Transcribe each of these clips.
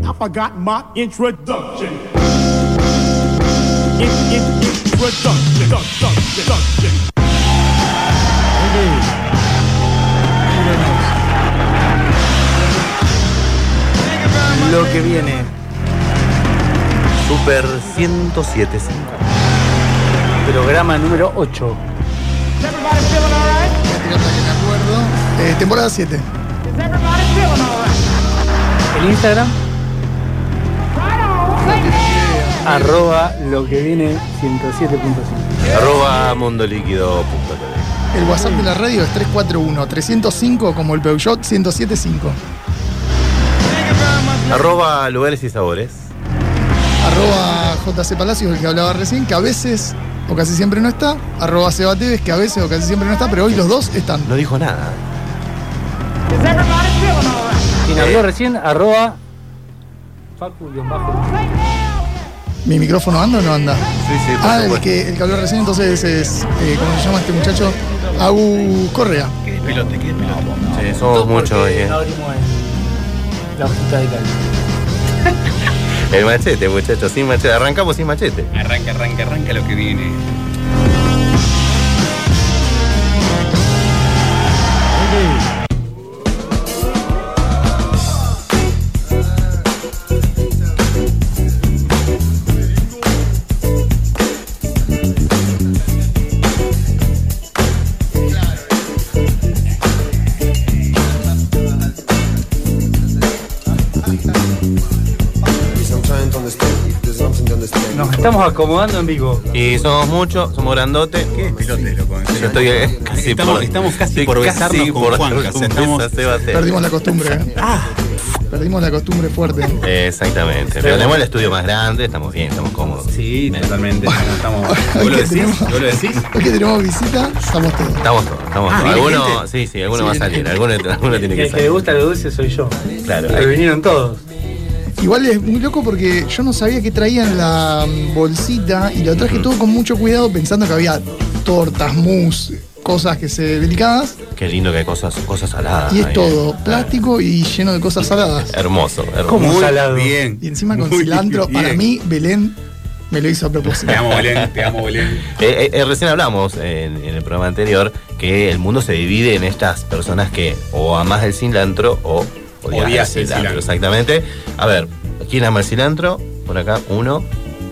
again. I forgot my introduction. Introduction. Lo que viene. Super 107.5. Programa número 8. Temporada 7. El Instagram. Arroba lo que viene 107.5. Arroba mondoliquido.tv. El WhatsApp de la radio es 341-305 como el Peugeot 107.5. Arroba lugares y sabores. Arroba JC Palacios, el que hablaba recién, que a veces o casi siempre no está. Arroba Seba Tevez, que a veces o casi siempre no está, pero hoy los dos están. No dijo nada. Quien habló recién, arroba Facu-Bajo. ¿Mi micrófono anda o no anda? Sí, sí, por el supuesto. que habló recién entonces es, ¿cómo se llama este muchacho? Agu Correa. Que despelote. Sí, somos muchos. No abrimos la hojita de cal. El machete, muchachos, sin machete. Arrancamos sin machete. Arranca lo que viene. Nos estamos acomodando en vivo. Y somos muchos, somos grandotes. Qué despelote, loco. En serio. Yo estoy casi Estamos casi por besarnos con Juanca. O sea, estamos... Perdimos la costumbre. Perdimos la costumbre fuerte. Exactamente. Pero tenemos el estudio más grande, estamos bien, estamos cómodos. Sí, totalmente. Estamos... ¿Vos lo decís? ¿Vos lo decís? Hoy que tenemos visita, estamos todos. Estamos todos. ¿viene Alguno, gente? sí, alguno va a salir. Alguno tiene que El que le salir. gusta lo dulce soy yo. Claro. Pero vinieron todos. Igual es muy loco porque yo no sabía que traían la bolsita y lo traje todo con mucho cuidado pensando que había tortas, mousse, cosas que se delicadas. Qué lindo que hay cosas saladas. Y es ahí, todo plástico y lleno de cosas saladas. Hermoso. ¿Cómo Muy salado? bien. Y encima con Muy cilantro, bien. para mí, Belén me lo hizo a propósito. Te amo, Belén. Recién hablamos en el programa anterior que el mundo se divide en estas personas que o amás el cilantro o odias el cilantro. Exactamente. A ver, ¿quién ama el cilantro? Por acá, uno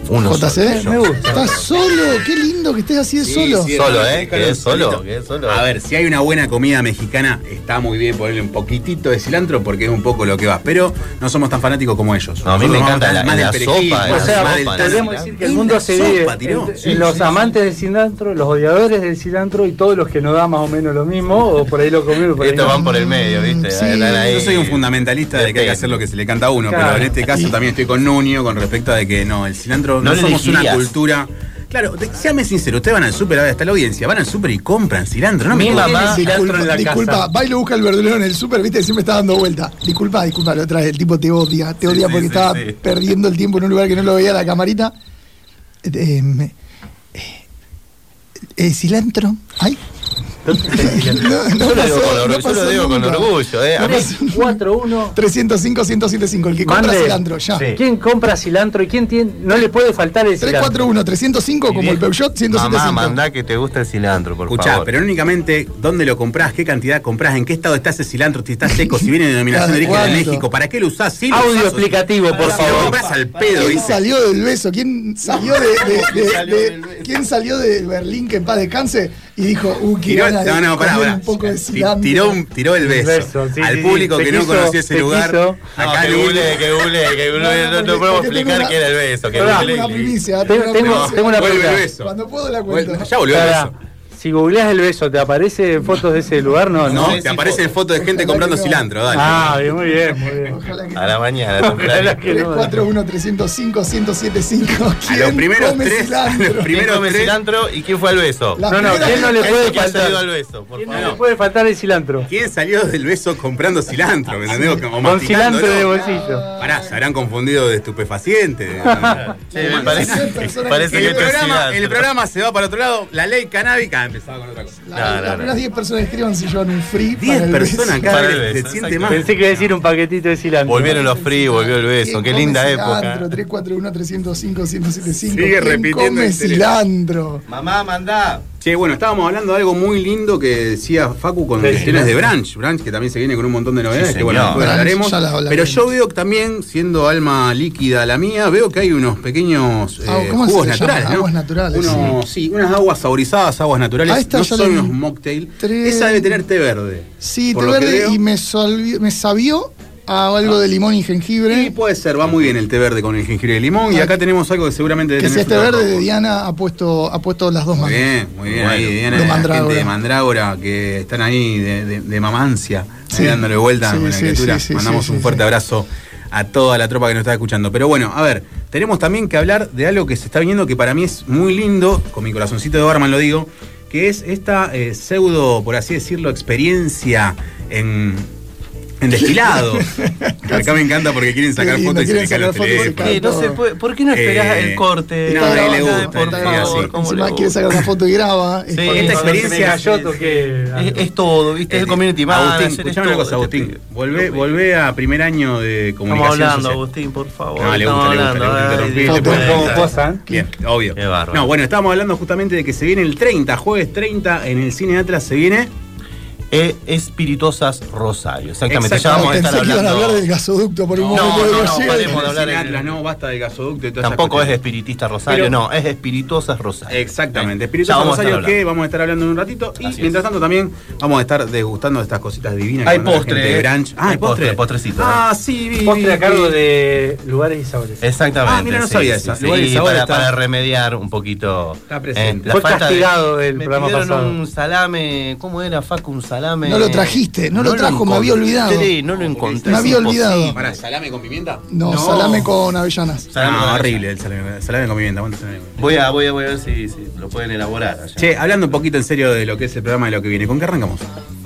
JC, solo. Me gusta. estás solo, qué lindo que estés así de solo. sí. Solo, Sí, que es solo. solito. Que es solo. A ver, si hay una buena comida mexicana, está muy bien ponerle un poquitito de cilantro porque es un poco lo que va. Pero no somos tan fanáticos como ellos. No, a mí me Nosotros encanta vamos la del perejil, sopa, O sea, más del podríamos tal. decir que el mundo se divide Sopa, tiró. en los amantes del cilantro, los odiadores del cilantro y todos los que nos da más o menos lo mismo, o por ahí lo comieron, por ahí Estos no. van por el medio, ¿viste? Sí. Están ahí. Yo soy un fundamentalista de que hay que hacer lo que se le canta a uno, Claro. pero en este caso también estoy con Nuño con respecto a de que no, el cilantro No no lo somos una elegirías. cultura. Claro, séame sincero, ustedes van al súper, a ver, hasta la audiencia, van al súper y compran cilantro, no me Mi jodan. mamá cilantro en la disculpa, casa. va y lo busca el verdulero en el súper, viste, siempre está dando vuelta. Disculpa, la otra vez el tipo te odia Sí, porque sí, estaba sí. perdiendo el tiempo en un lugar que no lo veía la camarita. Cilantro. Ay. Yo lo digo con orgullo, A mí, 341. 305-1075, el que compra Mande. cilantro, ya. Sí. ¿Quién compra cilantro y quién tiene? No le puede faltar el cilantro. 341-305 como el Peugeot 175. mamá, mandá que te gusta el cilantro, por Escuchá, favor. pero únicamente dónde lo comprás, qué cantidad comprás, en qué estado está ese cilantro, si está seco, si viene de denominación de origen de ¿Cuánto? México, ¿para qué lo usás? Sí, lo Audio usás, explicativo, por Si lo favor. compras al pedo, ¿Quién ¿viste? salió del beso? ¿Quién salió ¿Quién salió de Berlín que en paz descanse y dijo, qué Tiró, ganas de no, pará, comer pará. un poco de cilantro? Tiró el beso. Sí, al sí, público sí. que Te no quiso, conocía ese te lugar. quiso. Acá que googlee, no podemos porque explicar tengo qué era el beso. Que Pará, googlee. Una primicia. Tengo una una primicia. Vuelve pregunta. el beso. Cuando puedo la cuento. Ya volvió el Pará, beso. si googleas el beso, ¿te aparece fotos de ese lugar? No, No, ¿no? te aparecen fotos de gente Ojalá comprando que no. cilantro, dale. Ah, bien, muy bien, muy bien. Ojalá que A la mañana, Ojalá que no. 341-305-1075. A los primeros come tres, cilantro? a los ¿Quién primeros come tres. cilantro y quién fue al beso? La No, primera ¿quién no le vez- puede ¿Quién faltar? salió al beso? Por ¿Quién no favor. le puede faltar el cilantro? ¿Quién salió del beso comprando cilantro? ¿Me entendés? Como Con cilantro de masticándolo. bolsillo. Pará, se habrán confundido de estupefaciente. Sí, me parece que esto es El cilantro. programa se va para otro lado. La ley canábica empezaba con otra cosa. Las primeras 10 personas que escriban se llevan un free. 10 personas cada Para vez el se beso, siente más. Pensé que iba a decir un paquetito de cilantro. Volvieron los free, volvió el beso. Qué linda época. 341-305-1075. Sigue repitiendo come el teléfono. cilantro. Mamá, mandá. Che, bueno, estábamos hablando de algo muy lindo que decía Facu con cuestiones de Branch. Branch, que también se viene con un montón de novedades, Sí, que bueno, señor. después Branch, hablaremos. ya las hablaremos. Pero yo veo que también, siendo alma líquida la mía, veo que hay unos pequeños ¿Cómo se jugos le llama? naturales, ¿no? Aguas naturales, Sí, unas aguas saborizadas, aguas naturales. A esta No ya son le unos mocktail. entré- Esa debe tener té verde. Sí, por té lo que verde veo. y me sabió a algo de limón y jengibre. Y puede ser, va muy bien el té verde con el jengibre y limón. Y acá tenemos algo que seguramente debe Que si tener este frutos verde de rojos. Diana ha puesto las dos Muy manos. bien, ahí Diana, de la Mandrágora. gente de Mandrágora que están ahí de mamancia, Sí. dándole vuelta Sí, con la sí, criatura. sí, Mandamos sí, un sí, fuerte sí. abrazo a toda la tropa que nos está escuchando. Pero bueno, a ver, tenemos también que hablar de algo que se está viniendo que para mí es muy lindo, con mi corazoncito de barman lo digo, que es esta pseudo, por así decirlo, experiencia en destilado. Acá me encanta porque quieren sacar Qué lindo, fotos y se le quieren caen los sacar fotos y se teléfonos. ¿Qué? No se puede. ¿Por qué no esperás el corte? no, a él le Ay, gusta, por él es favor, así. ¿cómo le Encima quiere gusta? sacar una foto y graba. Sí, esta cuando experiencia- se me cayó, toqué. Es todo, ¿viste? Es el community manager. Agustín, es escuchame una todo, cosa, Agustín. este Volvé a primer año de Estamos comunicación hablando, social. Agustín, por favor. No, le Estamos gusta hablando. interrumpir. Ay, Fotos Dios, como puede posan. Bien, obvio. Qué bárbaro. No, bueno, estábamos hablando justamente de que se viene el 30, jueves 30, en el Cine Atlas se viene. Espirituosas Rosario. Exactamente. Ya Exacto. vamos a estar Pensé que iban a hablando. hablar del gasoducto por un No, momento. no, digo, no, sí, paremos de hablar Cine en- Atlas, no, basta del gasoducto y todas esas Tampoco es cuestiones. espiritista Rosario, Pero- no, es Espiritosas Rosario. Exactamente. Ya Espíritu vamos a estar Rosario hablando. que vamos a estar hablando en un ratito. Y Así mientras es. tanto también vamos a estar degustando de estas cositas divinas. que Hay manda la postre, gente de Branch. hay postre, postrecito, Ah, sí, vi. Postre vi, a cargo vi. de lugares y sabores. Exactamente. Ah, mira, no sí, sabía sí, esa. sí. Lugar y Y sabor para, está- para remediar un poquito. Está presente. la Fue falta castigado del me programa pidieron pasado. un salame. ¿Cómo era, Facu? Un salame. No lo trajiste, no lo trajo, me había olvidado. No lo encontré. Me es había olvidado. imposible. ¿Para salame con pimienta? No, salame con avellanas. Salame No, con horrible el salame con pimienta. ¿Cuánto salame con pimienta? Voy a ver si lo pueden elaborar allá. Che, hablando un poquito en serio de lo que es el programa de lo que viene, ¿con qué arrancamos?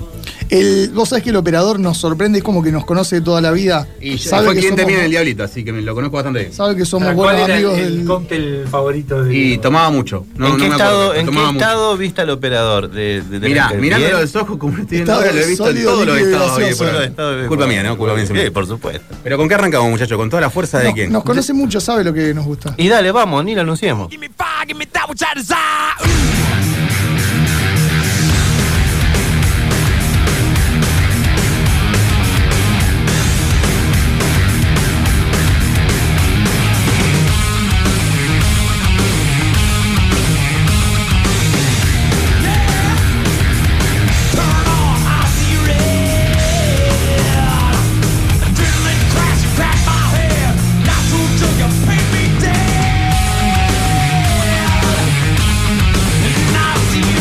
Vos sabés que el operador nos sorprende, es como que nos conoce de toda la vida. Y sabe fue que cliente somos, mío en el Diablito, así que me lo conozco bastante bien. sabe que somos ¿Cuál buenos era amigos el del. cóctel favorito de Y tomaba mucho. No, ¿En no qué me estado, acuerdo, pero ¿en qué tomaba mucho. estado viste al operador? Mirá, ¿Bien? mirándolo a los ojos como estoy viendo Estado ahora, lo he visto en sólido, todos los líquido y estados. gaseoso. por ahí. Solo estado- Culpa mía, ¿no? Culpa mía. Sí, por supuesto. Pero ¿con qué arrancamos, muchachos? ¿Con toda la fuerza de quién? Nos conoce mucho, sabe lo que nos gusta. Y dale, vamos, ni lo anunciemos. Give me fire, give me that which I desire. Turn on, I see red. Adrenaline crash, you crack my head. Not too till you paint me dead. And I see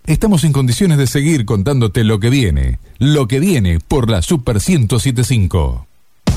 Estamos en condiciones de seguir contándote lo que viene. Lo que viene por la Super 107.5.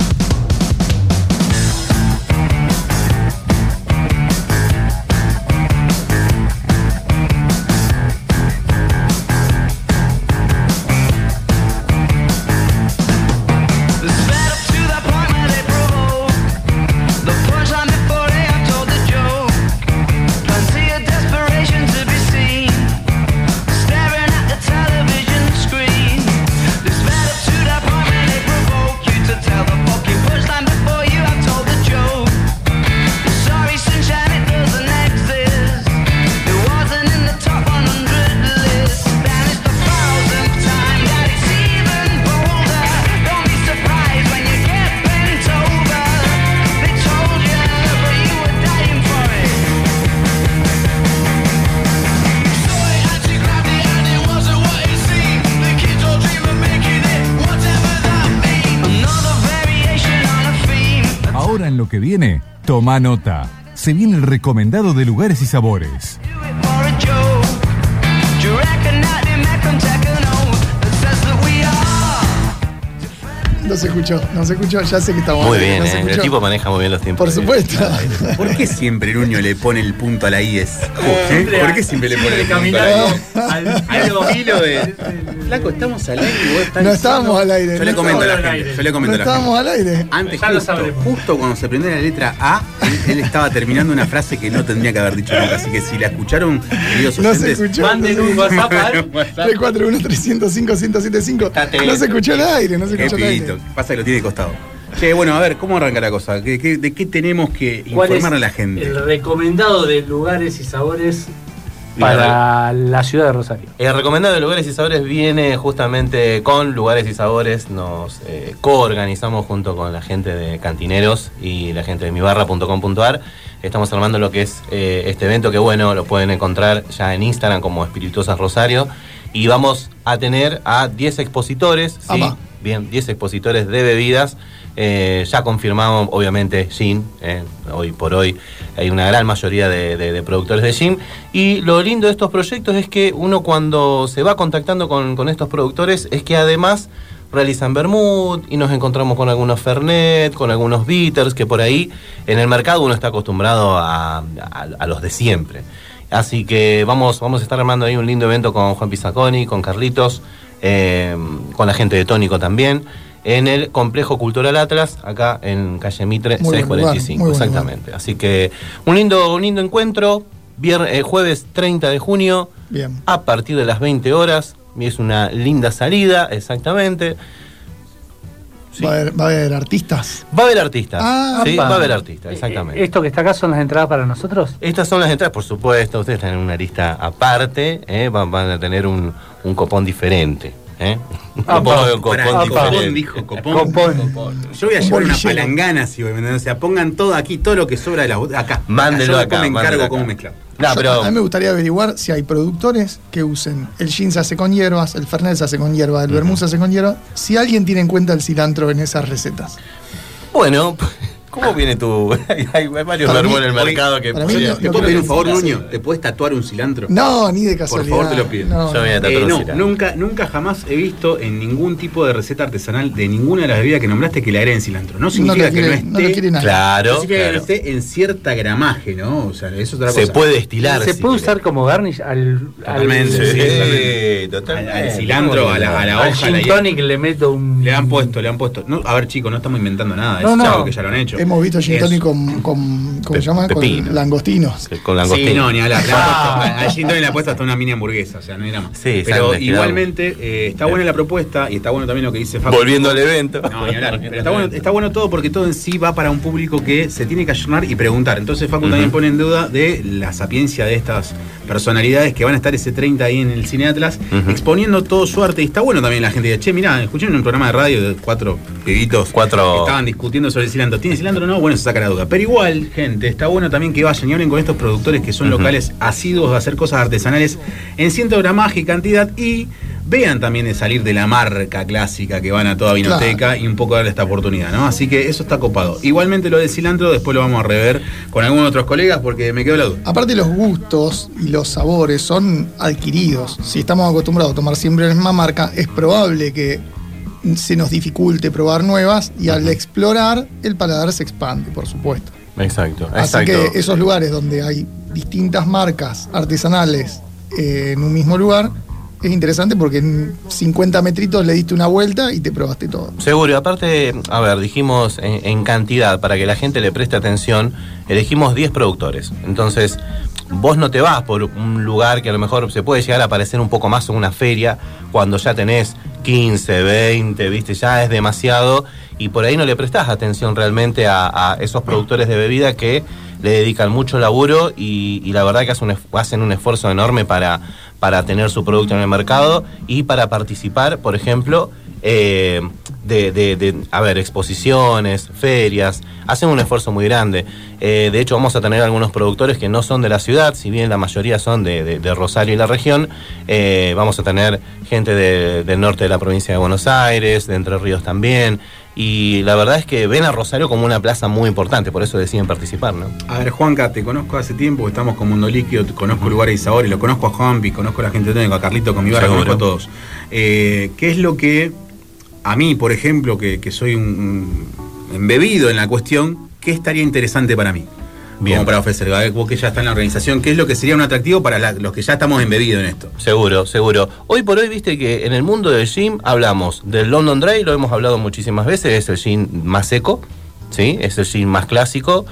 Ahora en lo que viene, toma nota. Se viene el recomendado de lugares y sabores. No se escuchó, ya sé que estamos Muy bien, el tipo maneja muy bien los tiempos. Por supuesto. ¿Por qué siempre Nuño le pone el punto a la IES? ¿Por qué siempre le pone el punto a la IES? Al hilo de... Flaco, estamos al aire y vos estás... No estábamos al aire. Yo le comento a la gente. No estábamos al aire. Antes, justo cuando se prendió la letra A, él estaba terminando una frase que no tendría que haber dicho nunca. Así que si la escucharon, queridos No se oyentes, escuchó. Manden un WhatsApp al 341-305-1075. No se escuchó el aire, no se escuchó el aire. pasa que lo tiene de costado. Che, bueno, a ver, ¿cómo arranca la cosa? ¿De qué tenemos que informar a la gente? El recomendado de lugares y sabores para la ciudad de Rosario. El recomendado de lugares y sabores viene justamente con lugares y sabores. Nos coorganizamos junto con la gente de Cantineros y la gente de mibarra.com.ar. Estamos armando lo que es este evento, que bueno, lo pueden encontrar ya en Instagram como Espirituosas Rosario. Y vamos a tener a 10 expositores, ¿sí? Bien, 10 expositores de bebidas. Ya confirmamos, obviamente, gin. Hoy por hoy hay una gran mayoría de productores de gin. Y lo lindo de estos proyectos es que uno, cuando se va contactando con estos productores, es que además realizan vermut y nos encontramos con algunos fernet, con algunos bitters, que por ahí en el mercado uno está acostumbrado a los de siempre. Así que vamos a estar armando ahí un lindo evento con Juan Pizaconi, con Carlitos, con la gente de Tónico también, en el Complejo Cultural Atlas, acá en calle Mitre 645, exactamente. Así que un lindo encuentro, jueves 30 de junio, bien, a partir de las 20 horas, y es una linda salida, exactamente. Sí. ¿Va a haber artistas? Va a haber artistas. Sí, va a haber artistas, exactamente. ¿Esto que está acá son las entradas para nosotros? Estas son las entradas, por supuesto. Ustedes están en una lista aparte. Van a tener un copón diferente. Copón dijo copón. Yo voy a llevar una palangana, si voy, o sea, pongan todo aquí, todo lo que sobra de la acá. Mándenlo acá. Me encargo cómo mezclar. A mí me gustaría averiguar si hay productores que usen el gin se hace con hierbas, el fernet se hace con hierbas, el vermouth se hace con hierbas, si alguien tiene en cuenta el cilantro en esas recetas. Bueno, ¿cómo viene tu...? Hay varios vermouth en el mercado que... ¿Te puedo pedir un favor, Nuño? ¿Te puedes tatuar un cilantro? No, ni de casualidad. Por favor, te lo pido. No. Yo voy a tatuar un cilantro. Nunca jamás he visto en ningún tipo de receta artesanal de ninguna de las bebidas que nombraste que le agreguen cilantro. No significa que no esté... No lo quiere nada. Claro. Significa que no esté en cierta gramaje, ¿no? O sea, eso es otra cosa. Se puede estilar. ¿Se puede usar como garnish al totalmente. Al cilantro, a la hoja. Al gin tonic le meto un... Le han puesto. No, a ver, chicos, no estamos inventando nada. Es algo que ya lo han hecho. Hemos visto gin tonic con ¿cómo se llama? Con langostinos. Con langostinos. Sí, no, ni hablar. Al gin tonic le ha puesto hasta una mini hamburguesa, o sea, no era más. Sí, pero igualmente está buena la propuesta y está bueno también lo que dice Facu. Volviendo al evento. No, ni hablar. Pero está bueno todo, porque todo en sí va para un público que se tiene que ayornar y preguntar. Entonces Facu también pone en duda de la sapiencia de estas personalidades que van a estar ese 30 ahí en el Cine Atlas, exponiendo todo su arte. Y está bueno también la gente de, che, mirá, escuché en un programa de radio de 4 pibitos que estaban discutiendo sobre el cilantro. ¿Tiene cilantro o no? Bueno, se saca la duda. Pero igual, gente, está bueno también que vayan y hablen con estos productores que son locales asiduos de hacer cosas artesanales en cierto gramaje y cantidad, y vean también de salir de la marca clásica que van a toda vinoteca y un poco darle esta oportunidad, ¿no? Así que eso está copado. Igualmente lo del cilantro después lo vamos a rever con algunos otros colegas porque me quedó la duda. Aparte los gustos y los sabores son adquiridos. Si estamos acostumbrados a tomar siempre la misma marca, es probable que se nos dificulte probar nuevas y al explorar el paladar se expande, por supuesto. Exacto. Así que esos lugares donde hay distintas marcas artesanales en un mismo lugar, es interesante porque en 50 metritos le diste una vuelta y te probaste todo. Seguro, y aparte, a ver, dijimos en cantidad, para que la gente le preste atención, elegimos 10 productores. Entonces, vos no te vas por un lugar que a lo mejor se puede llegar a parecer un poco más en una feria, cuando ya tenés 15, 20, viste, ya es demasiado, y por ahí no le prestás atención realmente a esos productores de bebida que le dedican mucho laburo y la verdad que hacen un esfuerzo enorme para tener su producto en el mercado y para participar, por ejemplo, exposiciones, ferias, hacen un esfuerzo muy grande. De hecho, vamos a tener algunos productores que no son de la ciudad, si bien la mayoría son de Rosario y la región. Vamos a tener gente del norte de la provincia de Buenos Aires, de Entre Ríos también. Y la verdad es que ven a Rosario como una plaza muy importante, por eso deciden participar, ¿no? A ver, Juanca, te conozco hace tiempo, estamos con Mundo Líquido, te conozco Lugares y Sabores, lo conozco a Juanpi, conozco a la gente técnica, a Carlito con mi barra, conozco a todos. ¿Qué es lo que a mí, por ejemplo, que soy un embebido en la cuestión, qué estaría interesante para mí? Bien. Como para ofrecer, vos que ya está en la organización, ¿qué es lo que sería un atractivo para los que ya estamos embebidos en esto? Seguro. Hoy por hoy, viste que en el mundo del gin hablamos del London Dry, lo hemos hablado muchísimas veces, es el gin más seco, ¿sí? Es el gin más clásico,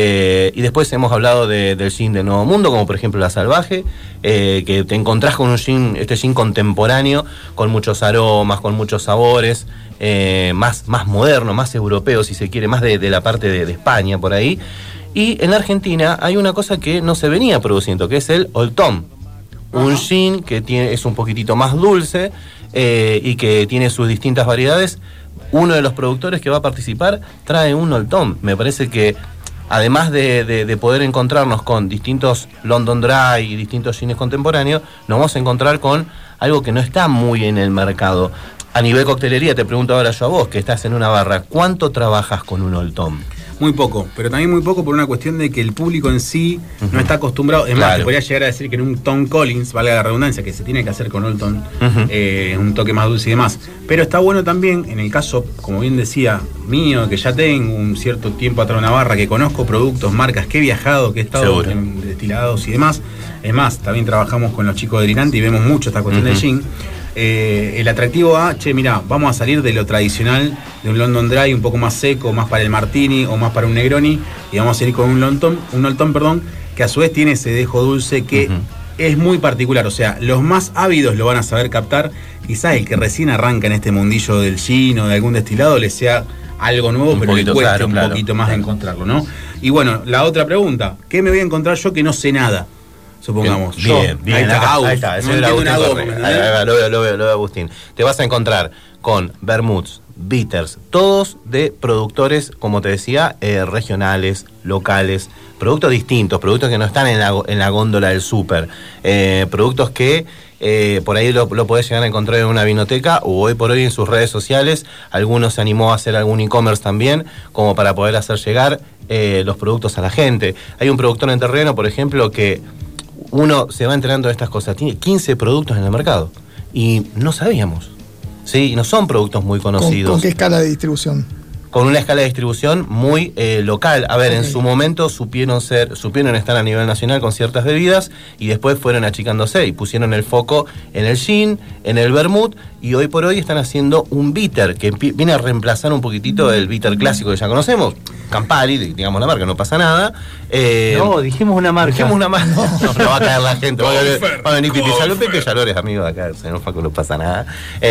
y después hemos hablado del gin del Nuevo Mundo, como por ejemplo la Salvaje, que te encontrás con este gin contemporáneo, con muchos aromas, con muchos sabores, más moderno, más europeo, si se quiere, más de la parte de España, por ahí. Y en la Argentina hay una cosa que no se venía produciendo, que es el Old Tom. Un gin que es un poquitito más dulce y que tiene sus distintas variedades. Uno de los productores que va a participar trae un Old Tom. Me parece que además de poder encontrarnos con distintos London Dry y distintos gines contemporáneos, nos vamos a encontrar con algo que no está muy en el mercado. A nivel coctelería, te pregunto ahora yo a vos, que estás en una barra, ¿cuánto trabajas con un Old Tom? Muy poco, pero también muy poco por una cuestión de que el público en sí no está acostumbrado. Es más, te podría llegar a decir que en un Tom Collins, valga la redundancia, que se tiene que hacer con Old Tom, un toque más dulce y demás. Pero está bueno también, en el caso, como bien decía, mío, que ya tengo un cierto tiempo atrás una barra, que conozco productos, marcas, que he viajado, que he estado en destilados y demás. Es más, también trabajamos con los chicos de Linante y vemos mucho esta cuestión del gin. El atractivo mirá, vamos a salir de lo tradicional de un London Dry un poco más seco, más para el Martini o más para un Negroni, y vamos a ir con un Old Tom, que a su vez tiene ese dejo dulce que es muy particular. O sea, los más ávidos lo van a saber captar. Quizás el que recién arranca en este mundillo del gin o de algún destilado le sea algo nuevo, pero le cueste un poquito más de encontrarlo, ¿no? Y bueno, la otra pregunta, ¿qué me voy a encontrar yo que no sé nada? Supongamos. Bien. Ahí está. Ese era Agustín. Lo veo, Agustín. Te vas a encontrar con vermuts, bitters, todos de productores, como te decía, regionales, locales, productos distintos, productos que no están en la góndola del súper, productos que por ahí lo podés llegar a encontrar en una vinoteca o hoy por hoy en sus redes sociales. Algunos se animó a hacer algún e-commerce también, como para poder hacer llegar los productos a la gente. Hay un productor enterreno, por ejemplo, que uno se va enterando de estas cosas. Tiene 15 productos en el mercado y no sabíamos. Sí, no son productos muy conocidos. ¿Con qué escala de distribución? Con una escala de distribución muy local. A ver, en su momento supieron estar a nivel nacional con ciertas bebidas y después fueron achicándose y pusieron el foco en el gin, en el vermut, y hoy por hoy están haciendo un bitter que viene a reemplazar un poquitito el bitter clásico que ya conocemos. Campari, digamos la marca, no pasa nada. No, dijimos una marca. No va a caer la gente. Va a venir Pipi Salud, Pepe Yalores, amigo de acá, señor Facu, no pasa nada.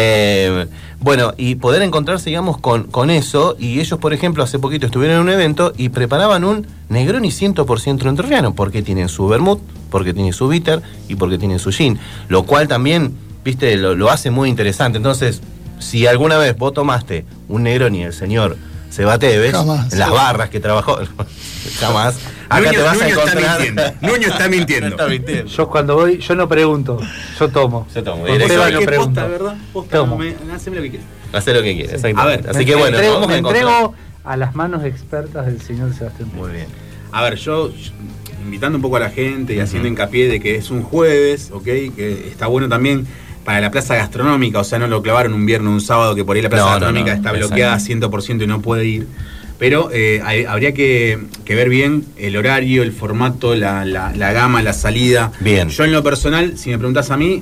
Bueno, y poder encontrarse, digamos, con eso. Y ellos, por ejemplo, hace poquito estuvieron en un evento y preparaban un Negroni 100% entrerriano, porque tienen su vermut, porque tienen su bitter y porque tienen su gin. Lo cual también, viste, lo hace muy interesante. Entonces, si alguna vez vos tomaste un Negroni, el señor Seba Tevez, Jamás. en las barras que trabajó. Jamás. Acá te vas a encontrar. Nuño está mintiendo. Está mintiendo. Yo cuando voy, yo no pregunto, yo tomo. Yo tomo, Con directo. Seba ¿Sabes no qué? pregunto. Posta, ¿verdad? Posta, Tomo. haceme lo que quieras. Hacer lo que quieres, exactamente. A ver, así que bueno, me entrego, vamos a me encontrar. entrego a las manos expertas del señor Sebastián. Muy bien. A ver, yo invitando un poco a la gente y haciendo hincapié de que es un jueves, ¿ok? Que está bueno también para la plaza gastronómica, o sea, no lo clavaron un viernes o un sábado que por ahí la plaza gastronómica está bloqueada 100% y no puede ir. Pero habría que ver bien el horario, el formato, la gama, la salida. Bien. Yo en lo personal, si me preguntás a mí,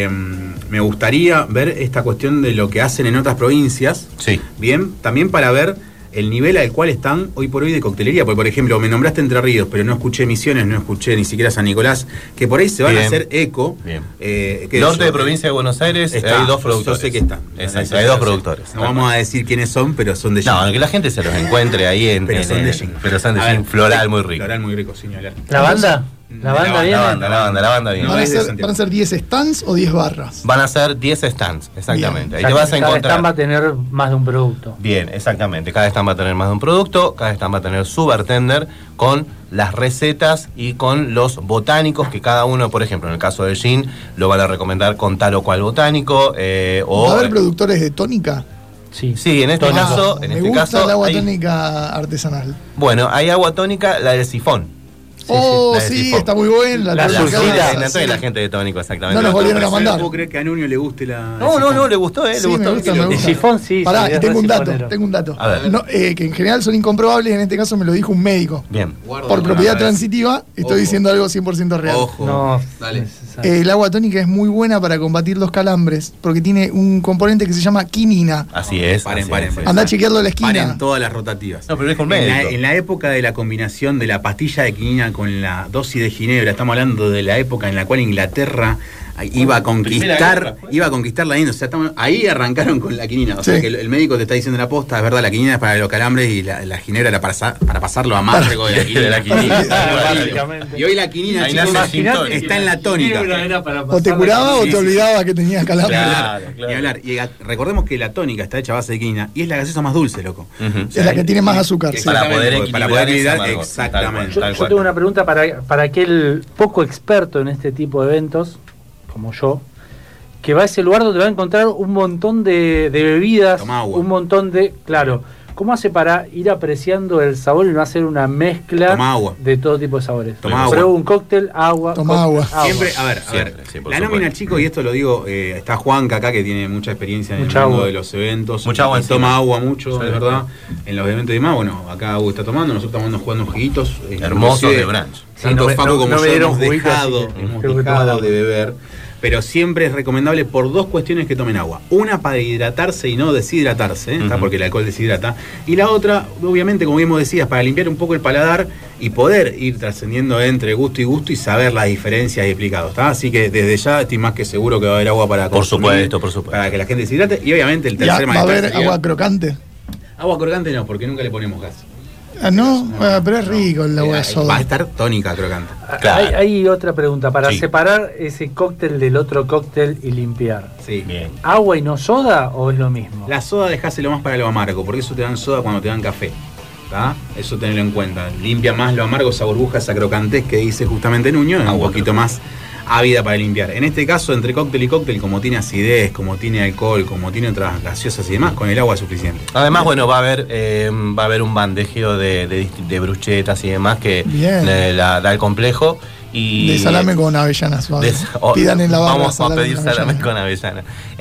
me gustaría ver esta cuestión de lo que hacen en otras provincias. Sí. Bien, también para ver el nivel al cual están hoy por hoy de coctelería. Porque, por ejemplo, me nombraste Entre Ríos, pero no escuché Misiones, no escuché ni siquiera San Nicolás, que por ahí se van Bien. a hacer eco. Bien. Que Norte de provincia de Buenos Aires está, hay dos productores. Yo sé que están. Exacto, hay dos productores. No vamos a decir quiénes son, pero son de No, Gin. que la gente se los encuentre ahí en. Pero son de Gin. Pero son de A ver, Gin, floral muy rico. Floral muy rico, sin hablar. ¿La banda? ¿La banda viene? La banda viene. No, ¿Van a ser 10 stands o 10 barras? Van a ser 10 stands, exactamente. O Ahí sea, te vas a cada encontrar. stand va a tener más de un producto. Bien, exactamente. Cada stand va a tener más de un producto, cada stand va a tener su bartender con las recetas y con los botánicos que cada uno, por ejemplo, en el caso del gin, lo van a recomendar con tal o cual botánico. ¿Va a haber productores de tónica? Sí. Sí, en este Tónica. caso, me gusta caso el agua hay- tónica artesanal. bueno, hay agua tónica, la del sifón. Oh, la de sí, sifón. está muy buena. La La azulcita. de la gente de tónico, exactamente. No nos volvieron a No mandar. puedo creer que a Nuño le guste la. No, le gustó, Sí, le gustó. me gusta, me El gusta. sifón, sí. Pará, sí, y es tengo un re dato, sifonero. tengo un dato. A ver. No, que en general son incomprobables, en este caso me lo dijo un médico. Bien. Por propiedad transitiva, estoy Ojo. diciendo algo 100% real. Ojo. No, Dale. necesario. El agua tónica es muy buena para combatir los calambres, porque tiene un componente que se llama quinina. Así es. Paren, así paren, es. paren. Anda a chequearlo a la esquina. Paren todas las rotativas. No, pero es con En médico. en la época de la combinación de la pastilla de quinina con la dosis de ginebra, estamos hablando de la época en la cual Inglaterra iba a conquistar la India. O sea, ahí arrancaron con la quinina. O sea, Sí. que el médico te está diciendo la posta, es verdad, la quinina es para los calambres y la ginebra era para pasarlo amargo de la quinina. De la quinina. Básicamente. Y hoy la quinina, Ahí chicos, nace gin tonic. está en la tónica. O te curaba o Sí, te sí. olvidabas que tenías calambres. Claro, Ni hablar. Y recordemos que la tónica está hecha a base de quinina y es la gaseosa más dulce, loco. Ujú. Es la que tiene más azúcar, sí. Para poder Exactamente, equilibrar ese equilibrar, amargor. exactamente. Tal Yo cual. tengo una pregunta para aquel poco experto en este tipo de eventos, como yo, que va a ese lugar donde va a encontrar un montón de bebidas, Toma agua. un montón de... Claro, ¿cómo hace para ir apreciando el sabor y no hacer una mezcla Toma agua. de todo tipo de sabores? Toma Pruebo agua. un cóctel, agua. Toma cóctel, agua. Siempre, a ver, Siempre, sí, por la supuesto. nómina, chicos, y esto lo digo, está Juanca acá, que tiene mucha experiencia en Mucha el mundo agua. de los eventos. Mucha agua Y encima. toma agua mucho, Sí. de verdad. En los eventos y demás, bueno, acá Hugo está tomando, nosotros estamos jugando juguitos. Hermosos inclusive, de brunch. Sí, Tanto no me- Facu no- como no me yo dieron hemos juguito, dejado, así que hemos tengo que dejado tomar de beber. Pero siempre es recomendable por dos cuestiones que tomen agua. Una para hidratarse y no deshidratarse, ¿está? Ujú. Porque el alcohol deshidrata. Y la otra, obviamente, como bien decías, para limpiar un poco el paladar y poder ir trascendiendo entre gusto y saber las diferencias y explicados. ¿Está? Así que desde ya estoy más que seguro que va a haber agua para Por consumir, supuesto, por supuesto. para que la gente se hidrate. Y obviamente el Ya, tercer ¿va a haber sería- agua crocante? Agua crocante no, porque nunca le ponemos gas. Ah, no, pero es rico el agua de Va a soda. estar tónica crocante. Claro. Hay otra pregunta, para Sí. separar ese cóctel del otro cóctel y limpiar. Sí. Bien. ¿Agua y no soda o es lo mismo? La soda dejáselo más para lo amargo, porque eso te dan soda cuando te dan café. ¿Tá? Eso tenerlo en cuenta. Limpia más lo amargo, esa burbuja, esa crocantez que dice justamente Nuño, es un Agua poquito más ávida para limpiar. En este caso, entre cóctel y cóctel, como tiene acidez, como tiene alcohol, como tiene otras gaseosas y demás, con el agua es suficiente. Además, bueno, va a haber un bandejeo de bruchetas y demás que Bien. da el complejo. Y De salame con avellanas. de- Pidan en la barra Vamos a pedir con salame avellana. con avellana.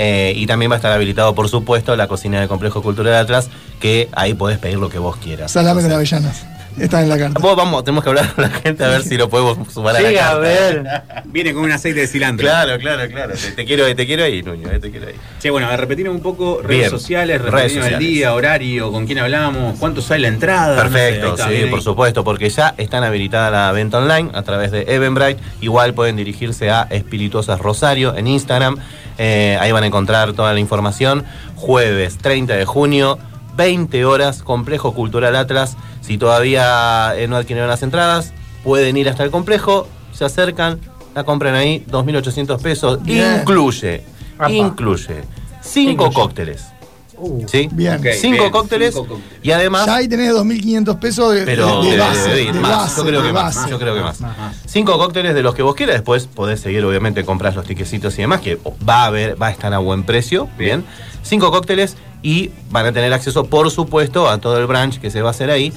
Y también va a estar habilitado, por supuesto, la cocina del Complejo Cultural Atlas, que ahí podés pedir lo que vos quieras. Salame con Entonces, avellanas. Está en la carta. tenemos que hablar con la gente a ver si lo podemos sumar a la Llega carta. a ver. Viene con un aceite de cilantro. Claro. Te quiero ahí, Nuño, te quiero ahí. Che, bueno, a repetir un poco redes Bien. sociales, Redes repetir el sociales. día, horario, con quién hablamos, cuánto sale la entrada. Perfecto, no sé, ahí está, sí, bien por ahí. supuesto, porque ya están habilitada la venta online a través de Eventbrite. Igual pueden dirigirse a Espirituosas Rosario en Instagram. Ahí van a encontrar toda la información. Jueves 30 de junio, 20 horas, Complejo Cultural Atlas. Si todavía no adquirieron las entradas, pueden ir hasta el complejo, se acercan, la compran ahí, 2.800 pesos. Bien. Incluye Apa. 5 Incluye. cócteles. ¿Sí? Bien. Ok. 5 bien, cócteles 5 cócteles. y además... Ya ahí tenés 2.500 pesos de base. de ir de más. base, Yo creo de que más. base. Yo creo que más. Más. 5 cócteles de los que vos quieras. Después podés seguir, obviamente, compras los tiquecitos y demás, que va a estar a buen precio. Bien. 5 cócteles y van a tener acceso, por supuesto, a todo el brunch que se va a hacer ahí,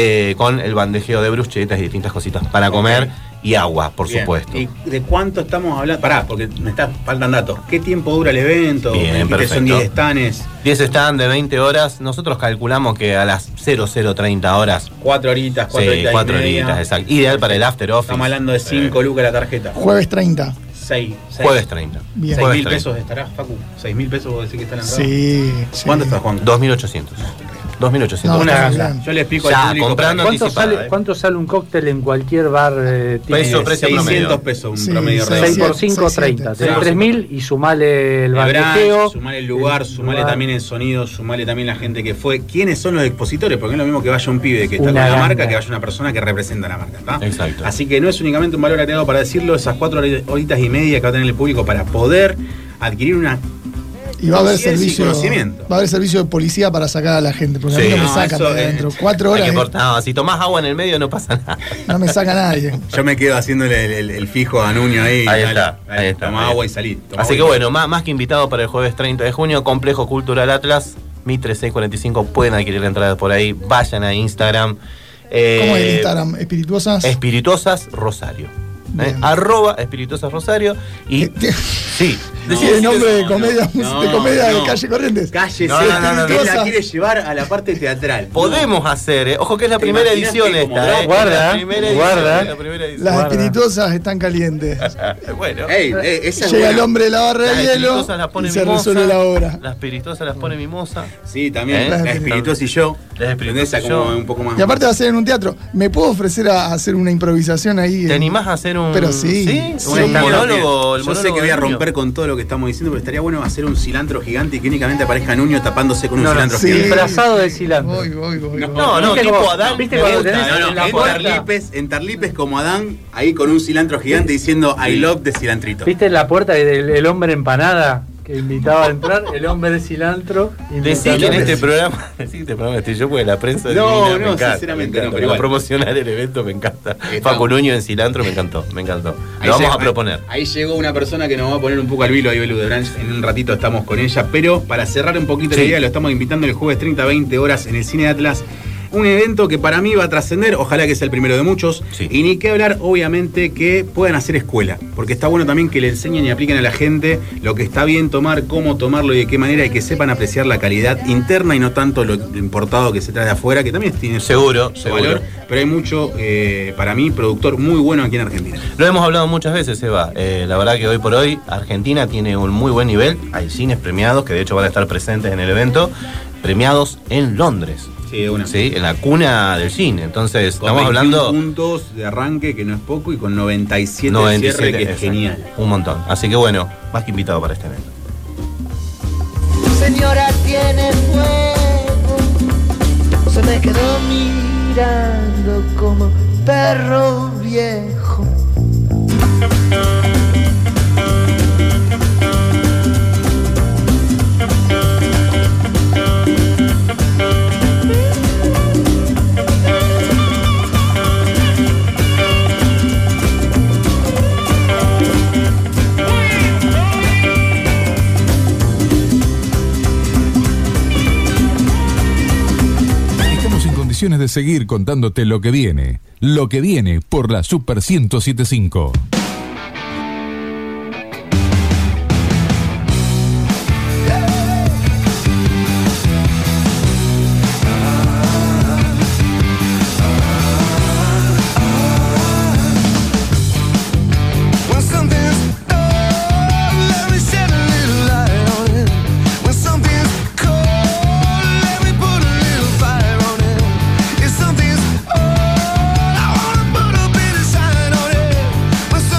con el bandejeo de bruschetas y distintas cositas para comer y agua, por Bien. supuesto. ¿Y de cuánto estamos hablando? Pará, porque faltan datos. ¿Qué tiempo dura el evento? Bien, Dijiste, perfecto. son 10 stands. 10 stand de 20 horas. Nosotros calculamos que a las 00:30 horas. 4 horitas, 4 horitas. 4 y media. horitas, exacto. Ideal para el after office. Estamos hablando de 5 lucas la tarjeta. Jueves 30. 6. Jueves 30. Bien. 6 Jueves mil 30. pesos estará, Facu. 6 mil pesos vos decís que está en la entrada. Sí, sí. ¿Cuánto está, Juan? 2.800. 2.800. No, Una está ganga. bien. Yo le explico Ya, al público. comprando para que- anticipada, ¿Cuánto sale un cóctel en cualquier bar? Precio 600 promedio. pesos un Sí, promedio seis- redondo. 6 por 5, 600. 30. Tenés Sí. 3.000 y sumale el El bandejeo. brunch, sumale el lugar, sumale también el sonido, sumale también la gente que fue. ¿Quiénes son los expositores? Porque no es lo mismo que vaya un pibe que está Una con la ganga. marca que vaya una persona que representa la marca. ¿tá? Exacto. Así que no es únicamente un valor agregado para decirlo, esas 4 horitas y media que va a tener el público para poder adquirir una. Y va a haber Conciencia y servicio. conocimiento. Va a haber servicio de policía para sacar a la gente, porque Sí. a mí no me No, sacan eso de es- adentro. 4 Hay horas. que no, si tomás agua en el medio no pasa nada. No me saca nadie. Yo me quedo haciéndole el fijo a Nuño ahí. Ahí dale, está, dale, ahí está, Toma ahí agua y está. salí. Toma Así que agua y bueno, más que invitado para el jueves 30 de junio, Complejo Cultural Atlas, Mitre 645, pueden adquirir entradas por ahí, vayan a Instagram. ¿Cómo es el Eh, Instagram? ¿Espirituosas? Espirituosas Rosario. Bien. @ Espirituosas Rosario. Y sí, Tiene nombre de comedia, no, de comedia no. de calle Corrientes. Cállese, No, no, no, no, él no. la quiere llevar a la parte teatral. podemos hacer, ojo que es la ¿Te primera imaginas edición que como esta, Draco? Guarda, la primera guarda. edición, la primera edición. Las Guarda. espirituosas están calientes. Bueno. Ey, esa es Llega buena. el hombre de la barra Las de hielo espirituosas las y pone se Mimosa, resuelve la obra. Las espirituosas las pone Mimosa. Sí, también. ¿Eh? La espirituosa y yo. La espirituosa Esa y como yo. un poco más. Y aparte va a ser en un teatro. ¿Me puedo ofrecer a hacer una improvisación ahí? ¿Te animás a hacer un Pero sí, un sí. monólogo? El Yo sé monólogo que voy a de Nuño? romper con todo lo que estamos diciendo, pero estaría bueno hacer un cilantro gigante y que únicamente aparezca Nuño tapándose con un No, no, cilantro sí. gigante. Disfrazado de cilantro. Voy. No, ¿Viste tipo cómo- Adán. ¿viste me cuando gusta, tenés no, no, en la en puerta? Tarlipes como Adán, ahí con un cilantro gigante diciendo I love de cilantrito. ¿Viste en la puerta del el hombre empanada que invitaba a entrar? El hombre de cilantro. Decí que en este programa, estoy yo porque la prensa No, divina, me no, encanta, sinceramente me encanta. no, pero Para igual. promocionar el evento me encanta. Está- Facu Nuño en cilantro me encantó. Ahí Lo vamos llegó- a proponer. Ahí llegó una persona que nos va a poner un poco al vilo ahí, Belu de Branch. En un ratito estamos con ella, pero para cerrar un poquito la Sí. idea, lo estamos invitando el jueves 30, 20 horas en el Cine Atlas. Un evento que para mí va a trascender, ojalá que sea el primero de muchos. Sí. Y ni que hablar, obviamente, que puedan hacer escuela. Porque está bueno también que le enseñen y apliquen a la gente lo que está bien tomar, cómo tomarlo y de qué manera, y que sepan apreciar la calidad interna y no tanto lo importado que se trae de afuera, que también tiene Seguro, su seguro. valor. Pero hay mucho, para mí, productor muy bueno aquí en Argentina. Lo hemos hablado muchas veces, Eva. La verdad que hoy por hoy Argentina tiene un muy buen nivel. Hay cines premiados que de hecho van a estar presentes en el evento. Premiados en Londres. Sí, de una. Sí, en la cuna del cine. Entonces, Con estamos 21 hablando puntos de arranque, que no es poco, y con 97 de 97, cierre, que es exacto. genial. Un montón. Así que bueno, más que invitado para este evento. Señora tiene fuego, se me quedó mirando como perro viejo. Estamos en condiciones de seguir contándote lo que viene. Lo que viene por la Super 1075. When something's old, let me shed a little light on it. When something's cold, let me put a little fire on it. If something's old, I wanna put a bit of shine on it. When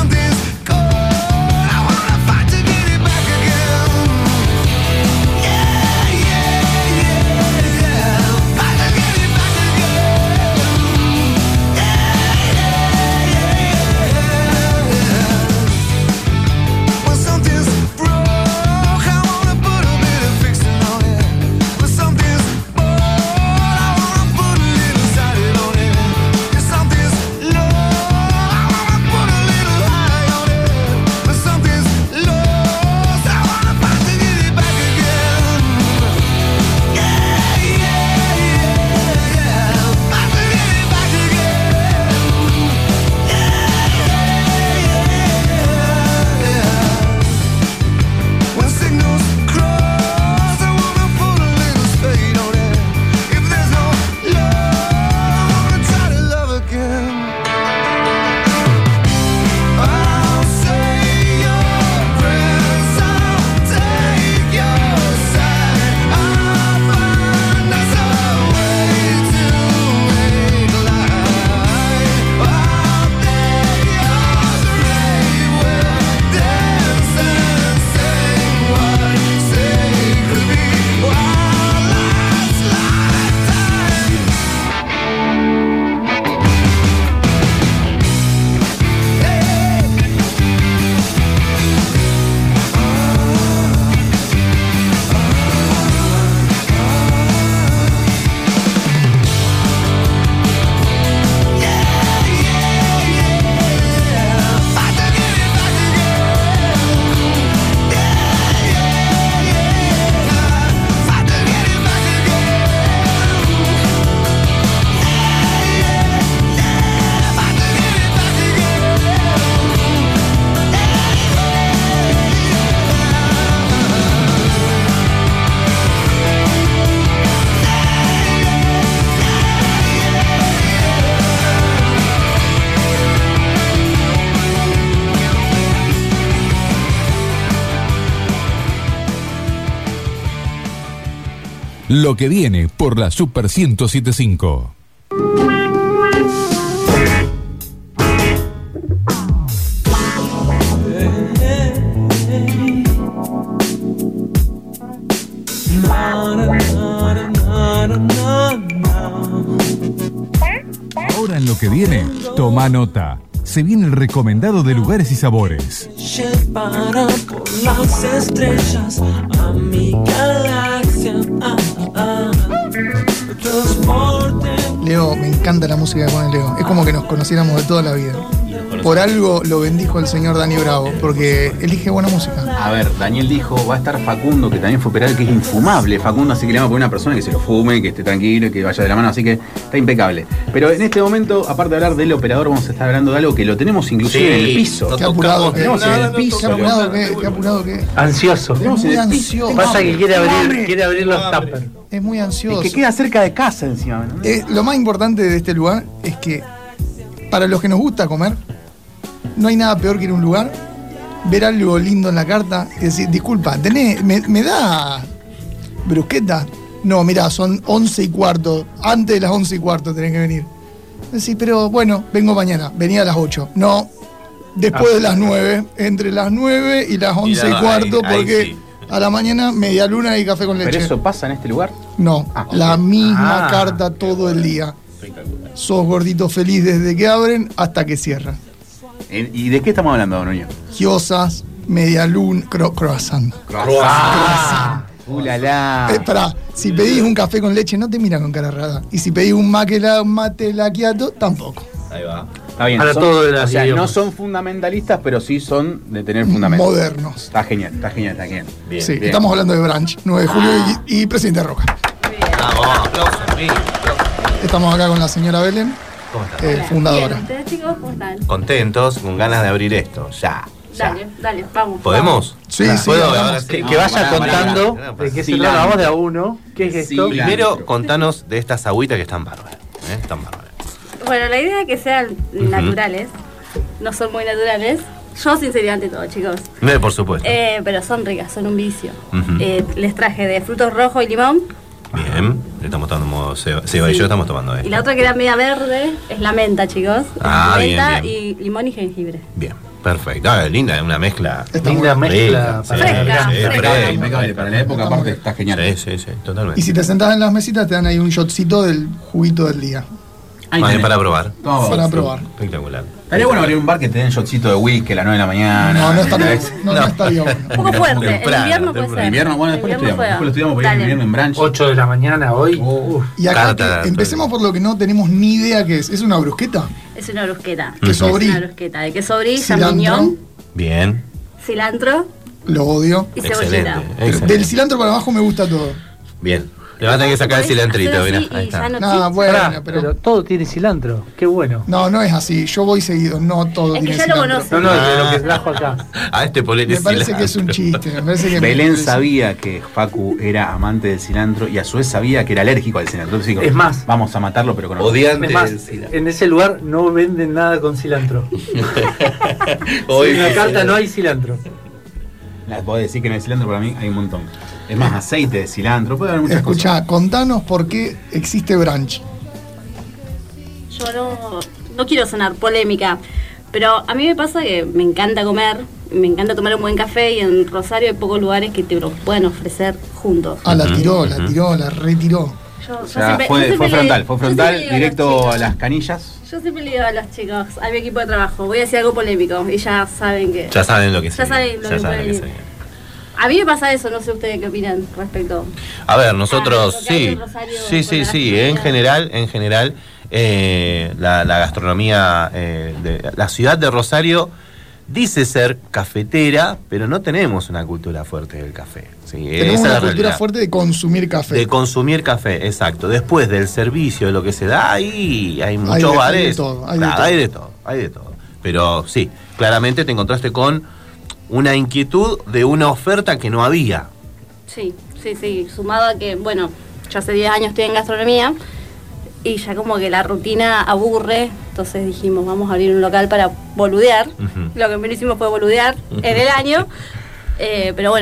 Lo que viene por la Super 1075. Ahora en lo que viene, toma nota. Se viene el recomendado de lugares y sabores. Llevará por las estrellas a mi galaxia. Transporte. Leo, me encanta la música que pone Leo. Es como que nos conociéramos de toda la vida. Por algo lo bendijo el señor Dani Bravo, porque elige buena música. A ver, Daniel dijo, va a estar Facundo, que también fue operar, que es infumable Facundo, así que le vamos a poner una persona que se lo fume, que esté tranquilo y que vaya de la mano, así que está impecable. Pero en este momento, aparte de hablar del operador, vamos a estar hablando de algo que lo tenemos inclusive en el piso. Qué apurado que Tenemos en el piso. qué apurado que. Ansioso. Tenemos en Muy el piso. ansioso. Pasa que quiere abrir los tuppers. Es muy ansioso. Es que queda cerca de casa encima, ¿no? Lo más importante de este lugar es que para los que nos gusta comer, no hay nada peor que ir a un lugar, ver algo lindo en la carta y decir, disculpa, ¿me da brusqueta? No, mirá, son 11:15, antes de las 11:15 tenés que venir. Decís, pero bueno, vengo mañana, venía a las 8. No, después de las 9, entre las 9 y las 11:15, ahí porque sí. a la mañana media luna y café con leche. ¿Pero eso pasa en este lugar? No, Ah, la ok. misma carta todo el día. Sos gordito feliz desde que abren hasta que cierran. ¿Y de qué estamos hablando, don Nuño? Giosas, media luna, croissant. ¡Ulala! Pará, si pedís un café con leche no te miran con cara rara. Y si pedís un mate laqueato, tampoco. Ahí va. Está bien. Para son- todo de las o sea, no idiomas. son fundamentalistas, pero sí son de tener fundamentos. Modernos. Está genial. Bien. Sí, bien. estamos hablando de Branch, 9 de julio y Presidente Roca. Vamos, aplausos, sí. Estamos acá con la señora Belén, ¿Cómo estás? fundadora. Bien, ¿ustedes chicos cómo están? Contentos, con ganas de abrir esto. Ya. Dale, vamos. ¿Podemos? Sí, sí, ¿Puedo? vamos. Ahora sí. Que vaya pará, contando pará. de qué se Cilantro. trata. Vamos de a uno. ¿Qué es esto? Sí. Primero, Cilantro. contanos de estas agüitas que están bárbaras. Están bárbaras. Bueno, la idea es que sean naturales. No son muy naturales. Yo sinceridad ante todo, chicos. Por supuesto. Pero son ricas, son un vicio. Ujú. Les traje de frutos rojos y limón. Bien. Le estamos tomando, Seba y yo estamos tomando Y esto. la otra que era media verde es la menta, chicos. Ah, bien, Menta bien. y limón y jengibre. Bien. Perfecto. Ah, linda, es una mezcla. Linda mezcla. rica, para Fresca, la- fresca. Impecable, impecable. Para la época, aparte, está genial. Sí, totalmente. Y si te sentás en las mesitas te dan ahí un shotcito del juguito del día. Ahí Vale, tenés. para probar. Todo. Para probar. Espectacular. Estaría bueno abrir un bar que te den shotcito de whisky a las 9 de la mañana. No, no está ¿entendés? bien. No estaría bueno. Un poco fuerte. En temprano, invierno puede temprano. ser. En invierno, bueno, después lo En invierno estudiamos. Después lo estudiamos porque en Dale. invierno en brunch. 8 de la mañana hoy. Y acá Carta, empecemos por lo que no tenemos ni idea qué es. ¿Es una brusqueta? Es una brusqueta. Queso Es brie. una brusqueta de queso brie, Cilantro. champiñón, Bien. cilantro Lo odio. y Excelente. cebollita. Excelente. Del cilantro para abajo me gusta todo. Bien. Le vas a tener que sacar el cilantrito, mirá. Ahí está. No, bueno, Pará, pero todo tiene cilantro. Qué bueno. No, no es así. Yo voy seguido. No todo Es que tiene ya lo cilantro. conoce. No, de lo que trajo acá. A este polete Me parece que es un chiste. Me parece que Belén sabía que Facu era amante del cilantro y a su vez sabía que era alérgico al cilantro. Entonces dijo, Es más. vamos a matarlo, pero con amor. Odiante Es más, del cilantro. en ese lugar no venden nada con cilantro. Hoy En la carta no hay cilantro. Podés decir que no hay cilantro, para mí hay un montón. Es más, aceite de cilantro, puede haber muchas cosas. Escuchá, contanos por qué existe Branch. Yo no quiero sonar polémica, pero a mí me pasa que me encanta comer, me encanta tomar un buen café y en Rosario hay pocos lugares que te lo pueden ofrecer juntos. Ah, la retiró. Yo O sea, siempre- yo fue siempre frontal, le- fue yo frontal, siempre le digo directo los a chicos- las canillas. Yo siempre le digo a los chicos, a mi equipo de trabajo, voy a decir algo polémico y ya saben que... Ya saben lo que Ya saben lo que puede venir. sería. A mí me pasa eso, no sé ustedes qué opinan respecto. A ver, nosotros lo que hay sí, en Rosario sí, con sí, la sí, gastronomía. en general, la gastronomía de la ciudad de Rosario dice ser cafetera, pero no tenemos una cultura fuerte del café. Sí, Tenemos esa es una la cultura realidad. fuerte de consumir café. De consumir café, exacto. Después del servicio, de lo que se da, ahí hay muchos Hay de bares. todo, Claro, hay de todo. Pero sí, claramente te encontraste con una inquietud de una oferta que no había. Sí, sumado a que, bueno, yo hace 10 años estoy en gastronomía y ya como que la rutina aburre, entonces dijimos, vamos a abrir un local para boludear. Ujú. Lo que primero hicimos fue boludear en el año, pero bueno,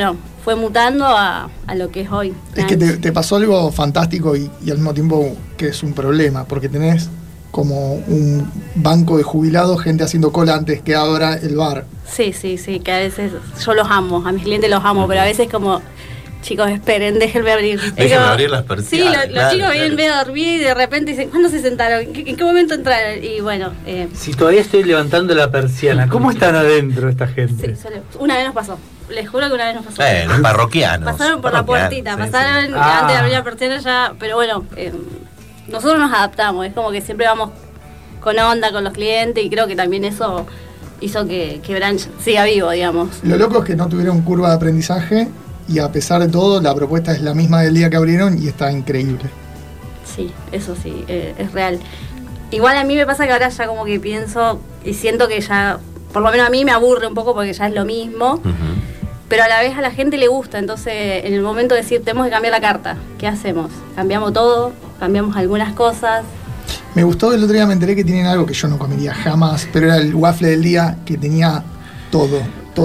fue mutando a lo que es hoy. Es que te pasó algo fantástico y al mismo tiempo que es un problema, porque tenés como un banco de jubilados, gente haciendo cola antes que abra el bar. Sí, que a veces yo los amo, a mis clientes los amo, pero a veces como, chicos, esperen, déjenme abrir. Déjenme abrir las persianas. Sí, los chicos vienen medio a dormir y de repente dicen, ¿cuándo se sentaron? ¿En qué momento entraron? Y bueno... Si todavía estoy levantando la persiana, ¿cómo están adentro esta gente? Sí, una vez nos pasó. Les juro que una vez nos pasó. Los parroquianos. Pasaron por la puertita, pasaron antes de abrir la persiana ya, pero bueno, nosotros nos adaptamos, es como que siempre vamos con onda con los clientes y creo que también eso hizo que Branch siga vivo, digamos. Lo loco es que no tuvieron curva de aprendizaje y a pesar de todo la propuesta es la misma del día que abrieron y está increíble. Sí, eso sí, es real. Igual a mí me pasa que ahora ya como que pienso y siento que ya, por lo menos a mí me aburre un poco porque ya es lo mismo. Pero a la vez a la gente le gusta, entonces en el momento de decir tenemos que cambiar la carta, ¿qué hacemos? ¿Cambiamos todo? ¿Cambiamos algunas cosas? Me gustó, el otro día me enteré que tienen algo que yo no comería jamás, pero era el waffle del día que tenía todo,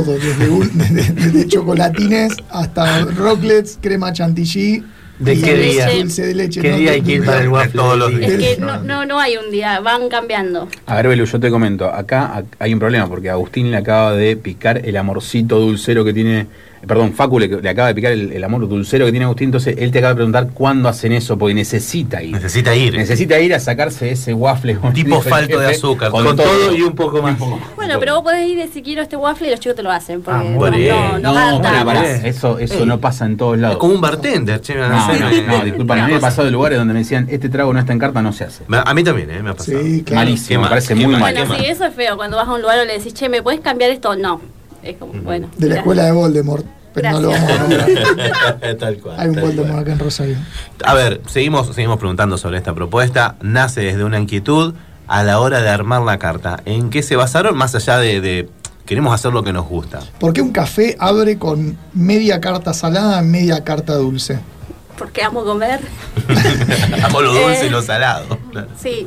desde chocolatines hasta rocklets, crema chantilly. ¿De qué día? Dulce de leche. ¿Qué día hay que ir para el waffle? Todos los días. Es que no hay un día, van cambiando. A ver, Belu, yo te comento, acá hay un problema porque Agustín le acaba de picar el amorcito dulcero que tiene, perdón, Facu le acaba de picar el amor dulcero que tiene Agustín, entonces él te acaba de preguntar cuándo hacen eso, porque necesita ir. Necesita ir a sacarse ese waffle. Tipo falto de azúcar. Con todo y un poco más. Bueno, pero vos podés ir y decir quiero este waffle y los chicos te lo hacen. Porque No, pará. Eso no pasa en todos lados. Es como un bartender, che. No, disculpa, a mí me ha pasado de lugares donde me decían, este trago no está en carta, no se hace. A mí también, me ha pasado. Sí, claro. Malísimo, me parece muy mal. Bueno, sí, eso es feo. Cuando vas a un lugar o le decís, che, ¿me podés cambiar esto? No. Es como, bueno. De la escuela de Voldemort. Pero Gracias. no lo vamos a nombrar. Tal cual. Hay un Voldemort acá en Rosario. A ver, seguimos preguntando sobre esta propuesta. Nace desde una inquietud a la hora de armar la carta. ¿En qué se basaron? Más allá de queremos hacer lo que nos gusta. ¿Por qué un café abre con media carta salada y media carta dulce? Porque amo comer. Amo lo dulce y lo salado. Claro. Sí,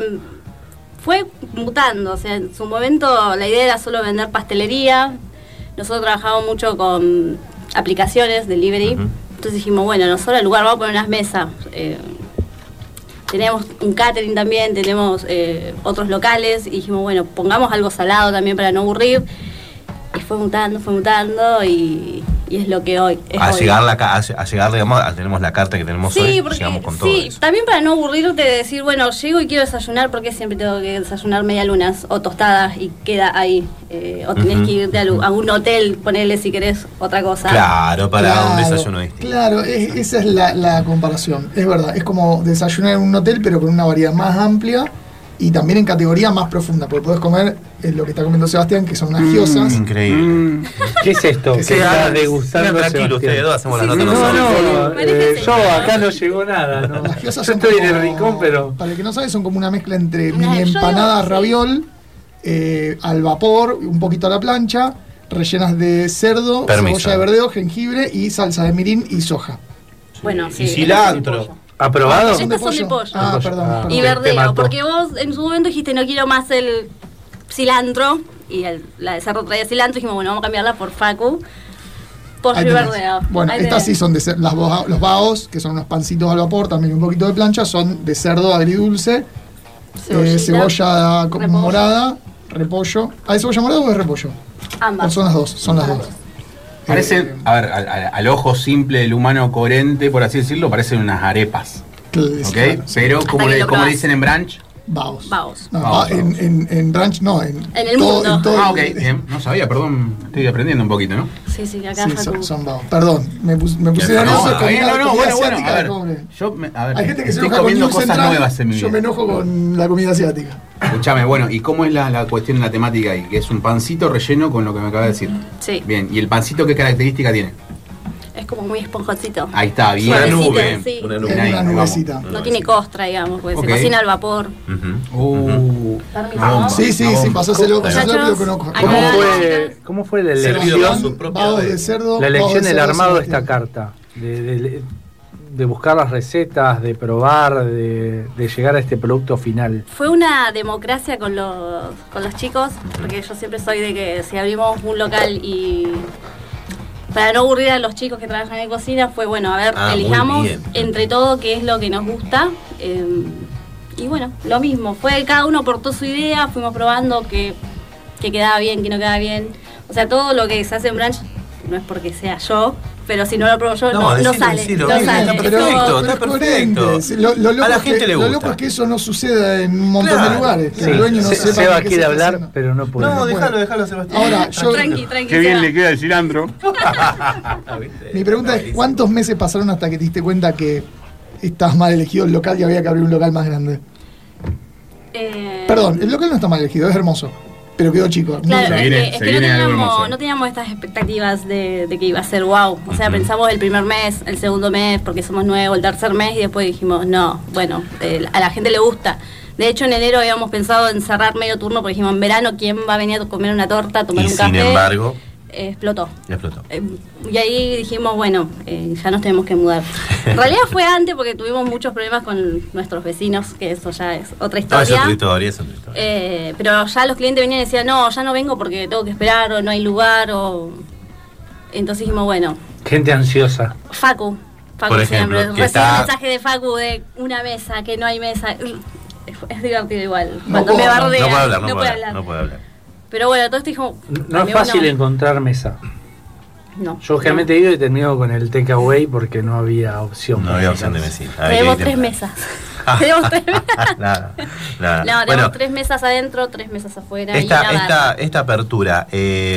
fue mutando. O sea, en su momento la idea era solo vender pastelería. Nosotros trabajamos mucho con aplicaciones, delivery. Entonces dijimos, bueno, nosotros al lugar vamos a poner unas mesas. Tenemos un catering también, tenemos otros locales. Y dijimos, bueno, pongamos algo salado también para no aburrir. Y fue mutando y es lo que hoy es. A llegar, digamos, tenemos la carta que tenemos hoy, porque, llegamos con todo eso. También para no aburrirte de decir, bueno, llego y quiero desayunar, porque siempre tengo que desayunar medialunas o tostadas y queda ahí. O tenés que irte a un hotel, ponerle si querés otra cosa. Claro, un desayuno distinto. Claro, esa es la comparación. Es verdad, es como desayunar en un hotel, pero con una variedad más amplia. Y también en categoría más profunda, porque podés comer lo que está comiendo Sebastián, que son unas giosas. Increíble. ¿Qué es esto? ¿Qué está degustando? Tranquilo, ustedes dos hacemos la nota nosotros. Yo acá no llegó nada. ¿no? Las giosas yo son estoy como, en el rincón, pero... Para el que no sabe, son como una mezcla entre mini empanadas raviol, al vapor, un poquito a la plancha, rellenas de cerdo, cebolla de verdeo, jengibre y salsa de mirin y soja. Bueno, sí. Y cilantro. ¿Aprobado? Estas son de pollo. Perdón. Y verdeo, porque vos en su momento dijiste no quiero más el cilantro y la de cerdo traía cilantro, dijimos bueno, vamos a cambiarla por Facu. Pollo y verdeo. Bueno, estas sí son de los baos, que son unos pancitos al vapor, también un poquito de plancha, son de cerdo agridulce, cebolla morada, repollo. ¿Hay cebolla morada o es repollo? Ambas. O son las dos. Parecen, a ver, al ojo simple del humano coherente, por así decirlo, parecen unas arepas. ¿Ok? Claro. Pero como le dicen en Branch, Baos. No, Baos. En Branch no, en el todo, mundo. en todo ok, bien. No sabía, perdón, estoy aprendiendo un poquito, ¿no? Sí, acá son baos. Perdón, me puse nervioso. Bueno, a ver. Hay gente que se estoy enoja comiendo con cosas Central, nuevas en mi vida. Yo me enojo con la comida asiática. Escuchame, bueno, ¿y cómo es la cuestión, la temática ahí? Que es un pancito relleno con lo que me acaba de decir. Sí. Bien, ¿y el pancito qué característica tiene? Es como muy esponjosito. Ahí está, bien. Una Suavecito, nube. sí. Una Es nube. una nubecita. No tiene costra, digamos, porque Ok. se cocina al vapor. Sí, pasáselo Muchachos, con ojo. ¿Cómo fue la Servido con su elección? propia Baos vez. de cerdo. La elección, baos de el cerdo, armado de Sebastián. esta carta. De buscar las recetas, de probar, de llegar a este producto final. Fue una democracia con los chicos, porque yo siempre soy de que si abrimos un local y para no aburrir a los chicos que trabajan en cocina, fue bueno, a ver, elijamos entre todo qué es lo que nos gusta. Y bueno, lo mismo, fue cada uno aportó su idea, fuimos probando que quedaba bien, que no quedaba bien. O sea, todo lo que se hace en brunch no es porque sea yo, pero si no lo pruebo yo, no sale. Decilo, no bien, sale. está perfecto, está perfecto. A la gente le gusta. Lo loco es que eso no sucede en un montón de lugares. Que el dueño no sepa Seba qué quiere se está hablar, haciendo. pero no puede. No, déjalo, Sebastián. Ahora, yo, Tranqui, Qué bien Seba. le queda el cilantro. mi pregunta es, ¿cuántos meses pasaron hasta que te diste cuenta que estabas mal elegido el local y había que abrir un local más grande? Perdón, el local no está mal elegido, es hermoso, pero quedó chico. Claro, Se viene- es se que viene algo hermoso. no teníamos estas expectativas de que iba a ser wow. O sea, pensamos el primer mes, el segundo mes, porque somos nuevos, el tercer mes, y después dijimos, no, bueno, a la gente le gusta. De hecho, en enero habíamos pensado en cerrar medio turno, porque dijimos, en verano, ¿quién va a venir a comer una torta, a tomar Y un café? sin embargo, Explotó. explotó. Y ahí dijimos, bueno, ya nos tenemos que mudar. En realidad fue antes porque tuvimos muchos problemas con nuestros vecinos, que eso ya es otra No, historia. es otra historia, es otra historia. Pero ya los clientes venían y decían, no, ya no vengo porque tengo que esperar o no hay lugar. Entonces dijimos, bueno, Gente ansiosa. Facu Por ejemplo, siempre que recibe está- un mensaje de Facu de una mesa, que no hay mesa. Es divertido igual. No Cuando puedo, me bardea, No puede hablar, no puede puede hablar. hablar. No puede hablar. Pero bueno, todo esto dijo, No es fácil encontrar mesa. No. Yo generalmente he ido y termino con el takeaway porque no había opción. No había opción de mesita. Tenemos 3 mesas. Tenemos 3 mesas. Nada. No, tenemos Bueno, 3 mesas adentro, 3 mesas afuera. y la barra. esta apertura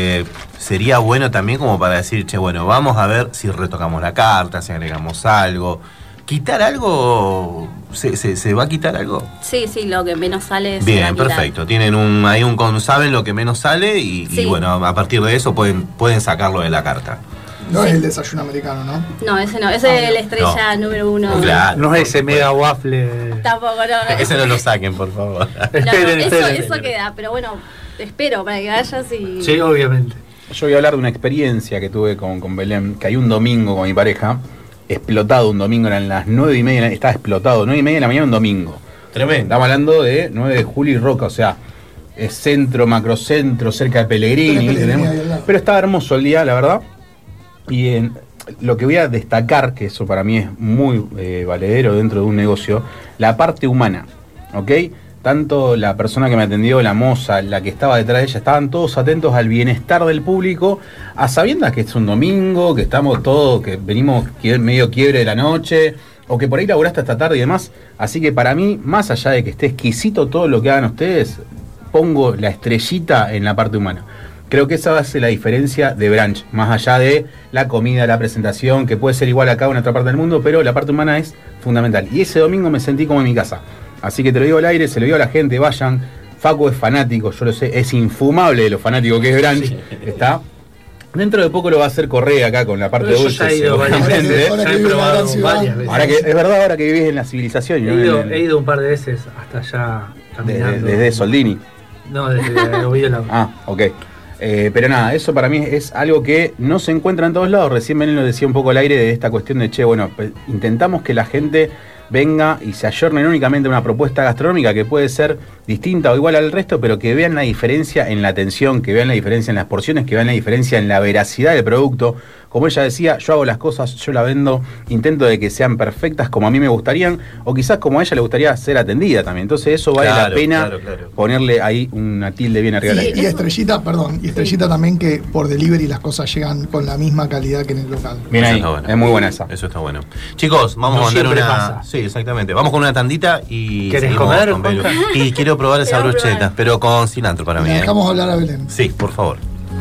sería bueno también como para decir, che, bueno, vamos a ver si retocamos la carta, si agregamos algo. ¿Quitar algo? ¿Se va a quitar algo? Sí, lo que menos sale se va a Bien, quitar. perfecto. Tienen saben lo que menos sale y bueno, a partir de eso pueden sacarlo de la carta. No es el desayuno americano, ¿no? No, ese no. Ese es la estrella número 1. Claro. No es ese mega waffle. Tampoco, no. Ese no lo saquen, por favor. Esperen. Eso queda, pero bueno, te espero para que vayas y... Sí, obviamente. Yo voy a hablar de una experiencia que tuve con Belén, que hay un domingo con mi pareja, explotado un domingo, eran las 9:30, estaba explotado, 9:30 de la mañana un domingo. Tremendo. Estamos hablando de 9 de julio y Roca, o sea, es centro, macrocentro, cerca de Pellegrini. Pellegrini ahí al lado. Pero estaba hermoso el día, la verdad. Y lo que voy a destacar, que eso para mí es muy valedero dentro de un negocio, la parte humana, ¿ok? Tanto la persona que me atendió, la moza, la que estaba detrás de ella, estaban todos atentos al bienestar del público, a sabiendas que es un domingo, que estamos todos, que venimos medio quiebre de la noche, o que por ahí laburaste hasta tarde y demás. Así que para mí, más allá de que esté exquisito todo lo que hagan ustedes, pongo la estrellita en la parte humana. Creo que esa hace la diferencia de brunch, más allá de la comida, la presentación, que puede ser igual acá o en otra parte del mundo, pero la parte humana es fundamental. Y ese domingo me sentí como en mi casa. Así que te lo digo al aire, se lo digo a la gente, vayan. Facu es fanático, yo lo sé, es infumable de lo fanático que es brunch. Sí. Está. Dentro de poco lo va a hacer Correa acá con la parte Pero yo dulce. ya he ido varias veces, ya he probado varias veces. Ahora que, es verdad, ahora que vivís en la civilización. He ido un par de veces hasta allá caminando. Desde Soldini. No, desde Oviedo Lago. Ah, ok. Pero nada, eso para mí es algo que no se encuentra en todos lados. Recién Belén lo decía un poco al aire de esta cuestión de, che, bueno, intentamos que la gente venga y se ayornen únicamente a una propuesta gastronómica que puede ser distinta o igual al resto, pero que vean la diferencia en la atención, que vean la diferencia en las porciones, que vean la diferencia en la veracidad del producto. Como ella decía, yo hago las cosas, yo la vendo, intento de que sean perfectas como a mí me gustarían, o quizás como a ella le gustaría ser atendida también. Entonces eso vale la pena ponerle ahí una tilde bien arriba. Sí, y Estrellita, Estrellita también, que por delivery las cosas llegan con la misma calidad que en el local. Bien ahí, bueno. Es muy buena esa. Eso está bueno. Chicos, vamos a mandar una... Pasa. Sí, exactamente. Vamos con una tandita y... ¿Querés comer? Con y quiero probar esa brocheta, pero con cilantro para mí. Dejamos hablar a Belén. Sí, por favor.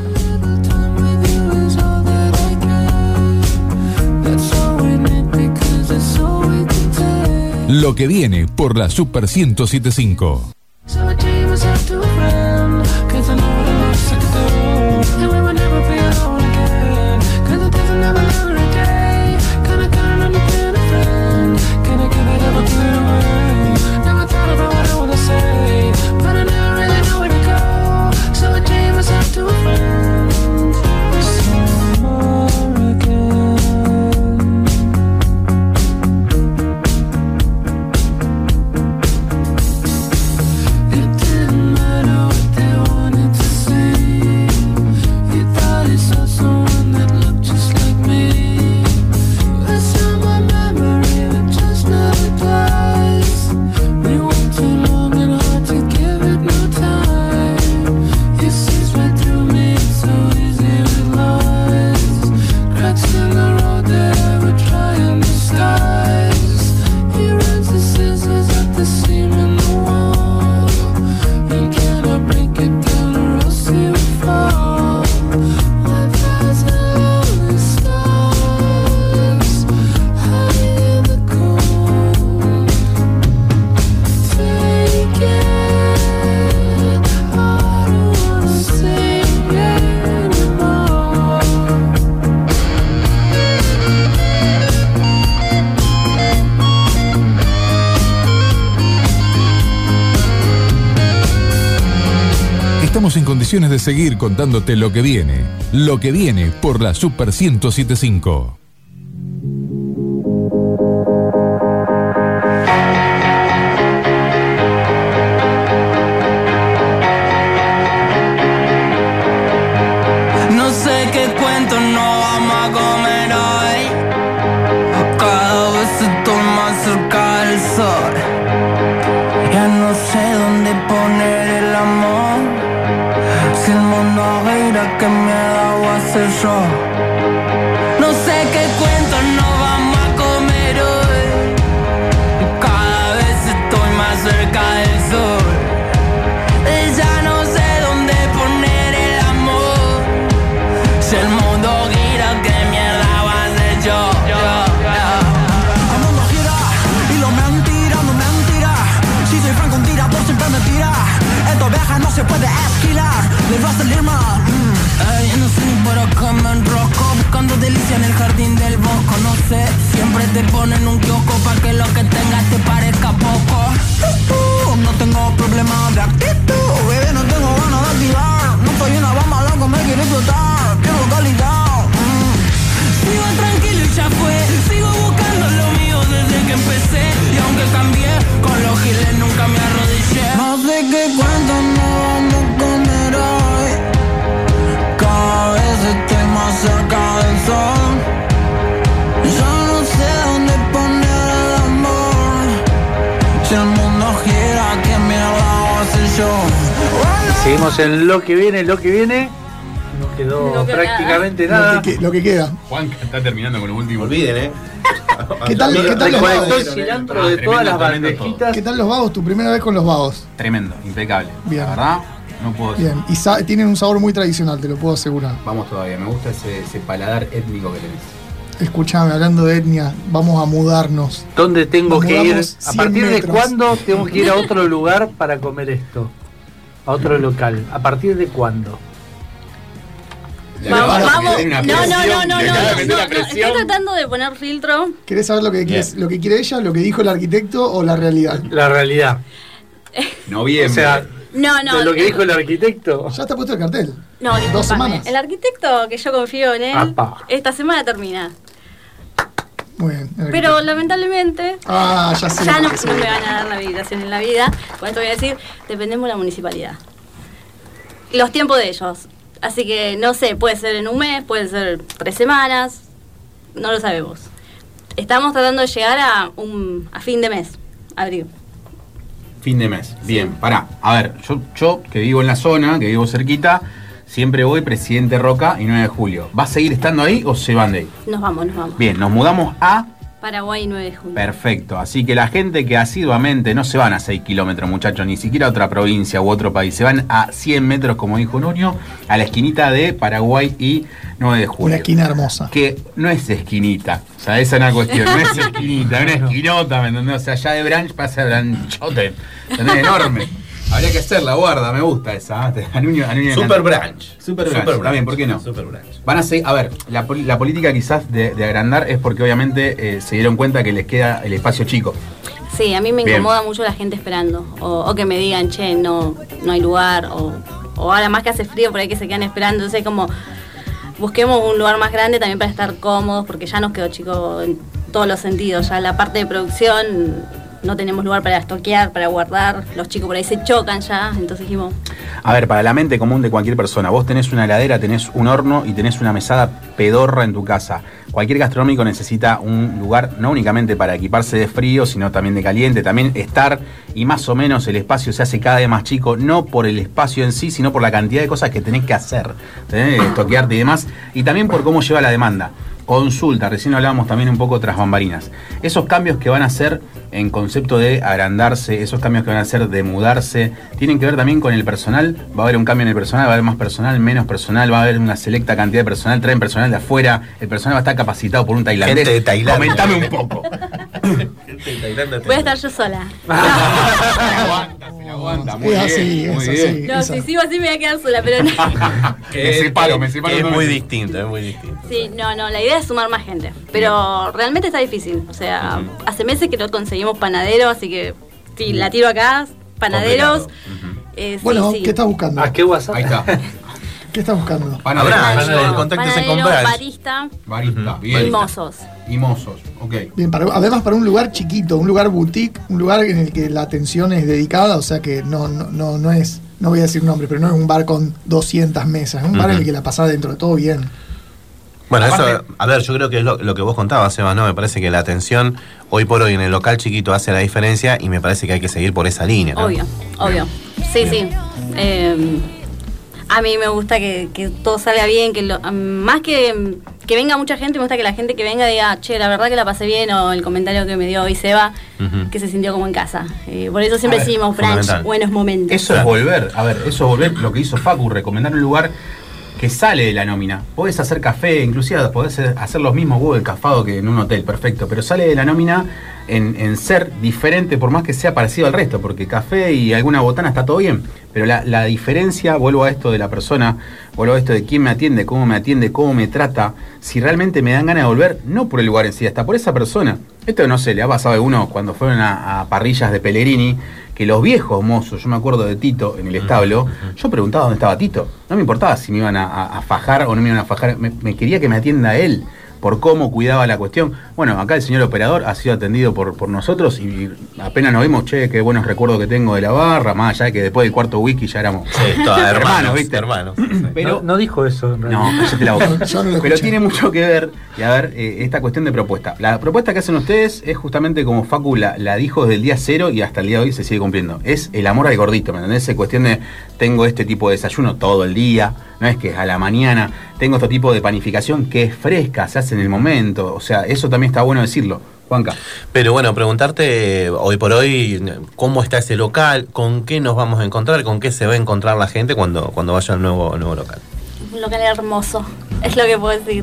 Lo que viene por la Super 107.5. It Estamos en condiciones de seguir contándote lo que viene. Lo que viene por la Super 1075. No sé qué cuento no vamos a comer hoy. Cada vez estoy más cerca del sol. Ya no sé dónde poner el amor. Si el mundo gira, ¿qué miedo voy a hacer yo? No sé qué cuento no vamos a comer hoy. Cada vez estoy más cerca del sol. Ya no sé dónde poner el amor. Si el mundo gira, ¿qué mierda va a hacer yo? El mundo gira y lo mentira. Si soy franco, un tirador siempre me tira. Esto viaja, no se puede esquilar. Le va a salir mal. Ay, no sé ni para qué me enrosco. Buscando delicia en el jardín del bosco. No sé, siempre te ponen un kiosco para que lo que tengas te parezca poco. No tengo problema de actitud. Bebé, no tengo ganas de activar. No soy una bomba, loco, me quiero explotar. Quiero calidad. Sigo tranquilo y ya fue. Sigo buscando lo mío desde que empecé. Y aunque cambié, con los giles nunca me arrodillé. No sé qué cuento no vamos a comer hoy. Cada vez estoy más cerca del sol. Yo no sé dónde poner el amor. Si el mundo gira, ¿qué mierda voy a hacer yo? Seguimos en lo que viene. No quedó No quedó prácticamente nada. Lo que queda. Juan está terminando con lo último. Olviden, ¿Qué tal los Desconectó vagos? el cilantro de todas las bandejitas. ¿Qué tal los vagos? Tu primera vez con los vagos. Tremendo, impecable. Bien. La verdad, no puedo decir. Bien. Y tienen un sabor muy tradicional, te lo puedo asegurar. Vamos todavía, me gusta ese paladar étnico que tenés. Escuchame, hablando de etnia, vamos a mudarnos. ¿Dónde tengo Nos que ir? mudamos ¿A 100 partir de metros. cuándo tengo que ir a otro lugar para comer esto? A otro local. ¿A partir de cuándo? Vamos. Le No, doy una no. presión, le acabo de meter una Estoy presión. tratando de poner filtro. ¿Querés saber lo que quiere ella, lo que dijo el arquitecto o la realidad? La realidad. Noviembre. O sea, No. de lo que dijo el arquitecto. Ya está puesto el cartel. No, 2 discúlpame. semanas. El arquitecto, que yo confío en él, Apa. esta semana termina. Muy bien. el Pero arquitecto. lamentablemente Ya sé. ya no Sí. me van a dar la habilitación en la vida. Por esto voy a decir, dependemos de la municipalidad. Los tiempos de ellos. Así que no sé, puede ser en un mes, puede ser 3 semanas, no lo sabemos. Estamos tratando de llegar a fin de mes, abril. Fin de mes. Bien, pará. A ver, yo que vivo en la zona, que vivo cerquita, siempre voy Presidente Roca y 9 de julio. ¿Va a seguir estando ahí o se van de ahí? Nos vamos. Bien, nos mudamos a... Paraguay 9 de julio. Perfecto. Así que la gente que asiduamente no se van a 6 kilómetros, muchachos, ni siquiera a otra provincia u otro país, se van a 100 metros, como dijo Nuño, a la esquinita de Paraguay y 9 de julio. Una esquina hermosa. Que no es esquinita. O sea, esa es una cuestión. No es esquinita, es una esquinota, ¿me entendés? O sea, ya de branch pasa a branchote. ¿Entendés? Enorme. Habría que hacer la guarda, me gusta esa. A Nuño Super branch. Super branch. Está bien, ¿por qué no? Super branch. Van a seguir, a ver, la política quizás de agrandar es porque obviamente se dieron cuenta que les queda el espacio chico. Sí, a mí me Bien. incomoda mucho la gente esperando. O que me digan, che, no hay lugar. O ahora más que hace frío, por ahí que se quedan esperando. Entonces, como busquemos un lugar más grande también para estar cómodos, porque ya nos quedó chico en todos los sentidos. Ya la parte de producción no tenemos lugar para estoquear, para guardar. Los chicos por ahí se chocan ya. Entonces dijimos, A ver, para la mente común de cualquier persona, vos tenés una heladera, tenés un horno y tenés una mesada pedorra en tu casa. Cualquier gastronómico necesita un lugar no únicamente para equiparse de frío, sino también de caliente, también estar, y más o menos el espacio se hace cada vez más chico, no por el espacio en sí, sino por la cantidad de cosas que tenés que hacer, estoquearte y demás, y también por cómo lleva la demanda. Consulta, recién hablábamos también un poco tras bambalinas. Esos cambios que van a hacer en concepto de agrandarse, esos cambios que van a hacer de mudarse, tienen que ver también con el personal. Va a haber un cambio en el personal, va a haber más personal, menos personal, va a haber una selecta cantidad de personal, traen personal de afuera, el personal va a estar capacitado por un tailandés. Gente de Tailandia. Comentame un poco. voy a estar yo sola. Se la aguanta, muy Es bien, así, muy es bien. así. No, si sigo así me voy a quedar sola, pero no. Me separo. Es muy distinto, es muy distinto. Sí, no, la idea es sumar más gente. Pero realmente está difícil. O sea, hace meses que no conseguimos panaderos, así que sí, la tiro acá, panaderos. Complicado. Bueno, sí. ¿qué estás buscando? ¿A qué WhatsApp? Ahí está. ¿Qué estás buscando? Habrá, contáctese con Panadero, Branch. barista Barista, bien. y mozos. Y mozos, ok. Bien, además para un lugar chiquito, un lugar boutique, un lugar en el que la atención es dedicada, o sea que no es, no voy a decir nombre, pero no es un bar con 200 mesas, es un bar en el que la pasás dentro de todo bien. Bueno, eso, a ver, yo creo que es lo que vos contabas, Seba, ¿no? Me parece que la atención hoy por hoy en el local chiquito hace la diferencia y me parece que hay que seguir por esa línea, ¿no? Obvio. Sí, sí. A mí me gusta que todo salga bien, más que venga mucha gente, me gusta que la gente que venga diga, che, la verdad que la pasé bien, o el comentario que me dio hoy Seba, que se sintió como en casa. Por eso siempre decimos, Branch, buenos momentos. Eso es volver, lo que hizo Facu, recomendar un lugar que sale de la nómina. Podés hacer café, inclusive podés hacer los mismos huevos de cafado que en un hotel, perfecto, pero sale de la nómina en ser diferente, por más que sea parecido al resto, porque café y alguna botana está todo bien, pero la diferencia, vuelvo a esto de la persona, vuelvo a esto de quién me atiende, cómo me trata, si realmente me dan ganas de volver, no por el lugar en sí, hasta por esa persona. Esto no sé, le ha pasado a alguno cuando fueron a parrillas de Pellegrini, que los viejos mozos, yo me acuerdo de Tito en el establo, yo preguntaba dónde estaba Tito, no me importaba si me iban a fajar o no me iban a fajar, me quería que me atienda él, por cómo cuidaba la cuestión. Bueno, acá el señor operador ha sido atendido por nosotros y apenas nos vimos, che, qué buenos recuerdos que tengo de la barra, más allá de que después del cuarto whisky ya éramos hermanos, ¿viste? Hermanos. Pero no dijo eso, en realidad. No, cállate la boca. Yo no lo Pero escuché. tiene mucho que ver, y a ver, esta cuestión de propuesta. La propuesta que hacen ustedes es justamente como Facu la dijo desde el día cero y hasta el día de hoy se sigue cumpliendo. Es el amor al gordito, ¿me entendés? Es cuestión de, tengo este tipo de desayuno todo el día, no es que es a la mañana, tengo este tipo de panificación que es fresca, se hace en el momento, o sea, eso también está bueno decirlo. Juanca. Pero bueno, preguntarte hoy por hoy cómo está ese local, con qué nos vamos a encontrar, con qué se va a encontrar la gente cuando vaya al nuevo local. Un local hermoso, es lo que puedo decir.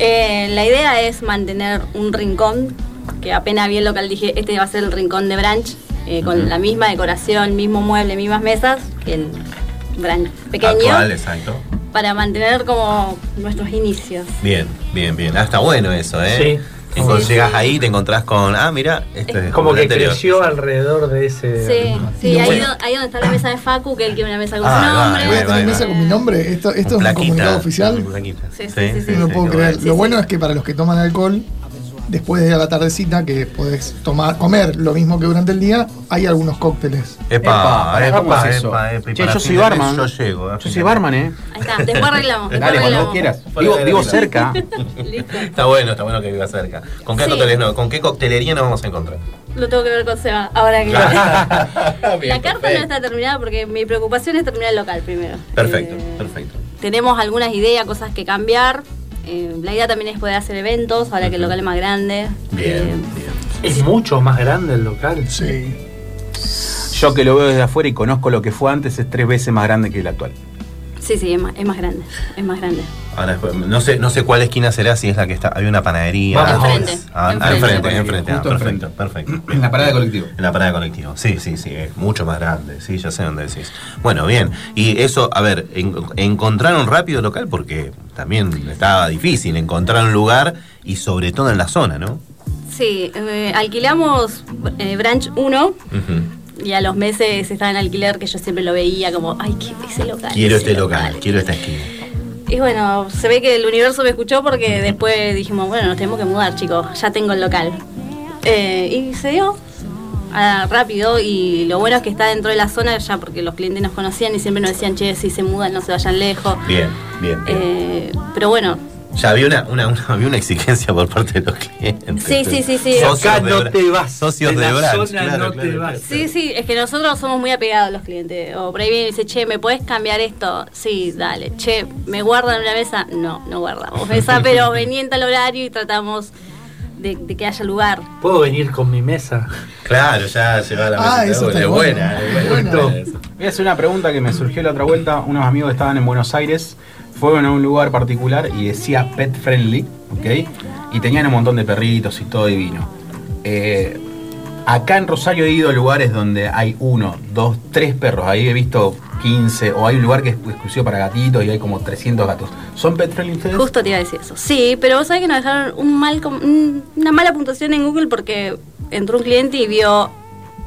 La idea es mantener un rincón, que apenas vi el local dije, este va a ser el rincón de Branch, con la misma decoración, mismo mueble, mismas mesas, que el Branch pequeño. Actual, exacto. Para mantener como nuestros inicios. Bien. Ah, está bueno eso, ¿eh? Sí. Y cuando Sí, llegas sí. ahí te encontrás con, mira, este es Como el que anterior. creció alrededor de ese... Sí, ahí donde está la mesa de Facu, que él quiere una mesa con su nombre. Voy a tener mesa con mi nombre. Esto es un comunicado oficial. Sí, No lo puedo creer. Lo bueno es que para los que toman alcohol, después de la tardecita, que podés comer lo mismo que durante el día, hay algunos cócteles. ¿Cómo es eso? Che, yo soy barman. Yo llego. Yo soy barman, Ahí está, después arreglamos. Dale, cuando vos quieras. Vivo cerca. Está bueno que viva cerca. ¿Con qué Sí. cócteles no? ¿Con qué coctelería nos vamos a encontrar? Lo tengo que ver con Seba, ahora que... Bien, La carta perfecto. no está terminada porque mi preocupación es terminar el local primero. Perfecto. Tenemos algunas ideas, cosas que cambiar. La idea también es poder hacer eventos, ahora que el local es más grande. Bien. ¿Es mucho más grande el local? Sí. Yo que lo veo desde afuera y conozco lo que fue antes, es 3 veces más grande que el actual. Sí, es más grande. Es más grande. Ahora, no sé cuál esquina será, si es la que está. Había una panadería. Vamos. Enfrente. Enfrente. Justo enfrente. Perfecto. En la parada de colectivo. En la parada de colectivo. Sí, es mucho más grande. Sí, ya sé dónde decís. Bueno, bien. Y eso, a ver, encontraron rápido el local porque también estaba difícil encontrar un lugar y sobre todo en la zona, ¿no? Sí, alquilamos Branch 1. Ujú. Y a los meses estaba en alquiler, que yo siempre lo veía como, ay, ¿qué ese local? Quiero ese este local, quiero esta esquina. Y bueno, se ve que el universo me escuchó porque después dijimos, bueno, nos tenemos que mudar, chicos, ya tengo el local. Y se dio rápido, y lo bueno es que está dentro de la zona ya, porque los clientes nos conocían y siempre nos decían, che, si se mudan no se vayan lejos. Bien. Pero bueno. Ya había una exigencia por parte de los clientes. Sí. Socios Acá de no te vas. Socios de de la Branch, zona claro, no claro, te vas. Sí, es que nosotros somos muy apegados a los clientes. O por ahí viene y dice, che, ¿me puedes cambiar esto? Sí, dale. Che, ¿me guardan una mesa? No guardamos mesa, pero vení en tal horario y tratamos de que haya lugar. ¿Puedo venir con mi mesa? Claro, ya lleva la mesa. eso está buena. bueno. Voy a hacer una pregunta que me surgió la otra vuelta. Unos amigos estaban en Buenos Aires, fueron a un lugar particular y decía pet friendly, ¿ok? Y tenían un montón de perritos y todo divino. Acá en Rosario he ido a lugares donde hay 1, 2, 3 perros. Ahí he visto 15, o hay un lugar que es exclusivo para gatitos y hay como 300 gatos. ¿Son pet friendly ustedes? Justo te iba a decir eso. Sí, pero vos sabés que nos dejaron una mala puntuación en Google porque entró un cliente y vio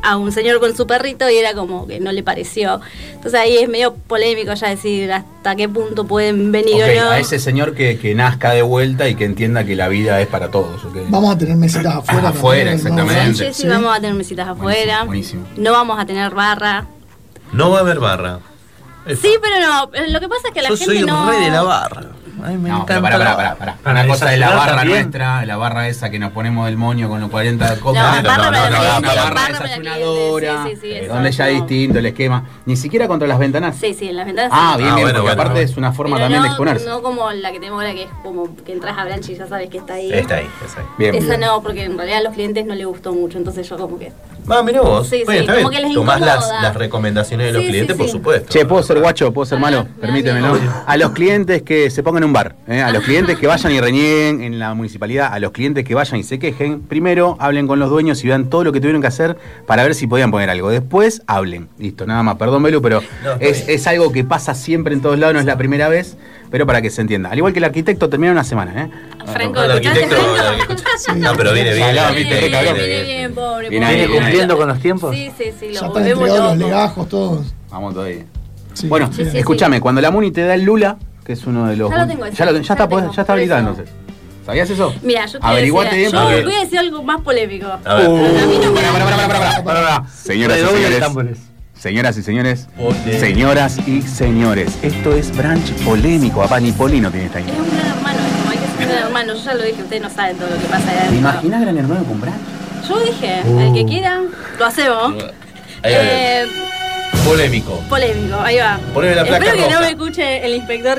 a un señor con su perrito y era como que no le pareció. Entonces ahí es medio polémico ya decir hasta qué punto pueden venir Ok, o no. a ese señor que nazca de vuelta y que entienda que la vida es para todos. ¿Ok? Vamos a tener mesitas afuera. Afuera, también, ¿no? exactamente. Sí, vamos a tener mesitas afuera. Buenísimo. No vamos a tener barra. No va a haber barra. Sí, pero no. Lo que pasa es que la Yo gente soy no. rey de la barra. Ay, me No, pero encanta. pará. Para Una cosa es la desayunar barra también. nuestra, la barra esa que nos ponemos del moño con los 40 No, copas. barra para los clientes, una barra barra para desayunadora, clientes, sí, eso donde ya es no. distinto el esquema. Ni siquiera contra las ventanas. Sí, en las ventanas. Ah, sí. bien, bueno, porque bueno, aparte bueno. es una forma Pero también no, de exponerse. No como la que tenemos ahora, que es como que entras a Branch y ya sabes que está ahí. Está ahí. Bien. Esa no, porque en realidad a los clientes no les gustó mucho, entonces yo como que... Mirá vos. Sí, Bueno, está como bien. que les Tomás incomoda. las recomendaciones de los Sí, clientes, sí, por sí. supuesto. Che, ¿puedo ser guacho? ¿Puedo ser malo? me da Permítemelo. miedo. A los clientes que se pongan en un bar, a los clientes que vayan y renieguen en la municipalidad, a los clientes que vayan y se quejen, primero hablen con los dueños y vean todo lo que tuvieron que hacer para ver si podían poner algo. Después hablen. Listo, nada más. Perdón, Belu, pero No, está bien. es algo que pasa siempre en todos lados, no es la primera vez, pero para que se entienda. Al igual que el arquitecto termina una semana, Franco, No, el ¿escuchaste, arquitecto. Franco? No, pero viene bien. Salado, viene viste, cabrón. Viene bien, pobre. Viene pobre. ahí, ¿Viene cumpliendo con los tiempos? Sí, Ya lo están volvemos entregados los loco. legajos, todos. Vamos todavía. Sí. Bueno, Sí, sí, escúchame, cuando la Muni te da el Lula, que es uno de los... Ya lo tengo ese, ya, ya está, lo tengo, ya está habilitado por eso. entonces. ¿Sabías eso? Mira, yo te Averiguate bien yo porque... voy a decir algo más polémico. A ver. A mí no me- Pará. Señoras y Redoble de señores, tambores. señoras y señores, Polémico. señoras y señores, esto es Branch polémico, papá, ni Polino tiene esta Es idea. un gran hermano, esto, hay que ser un gran hermano. Yo ya lo dije, ustedes no saben todo lo que pasa ahí ¿Te adentro. imaginas Gran Hermano con Branch? Yo dije, el que quiera, lo hacemos. Ahí va. Polémico. Polémico, ahí va. Poneme la placa Espero que no roja. me escuche el inspector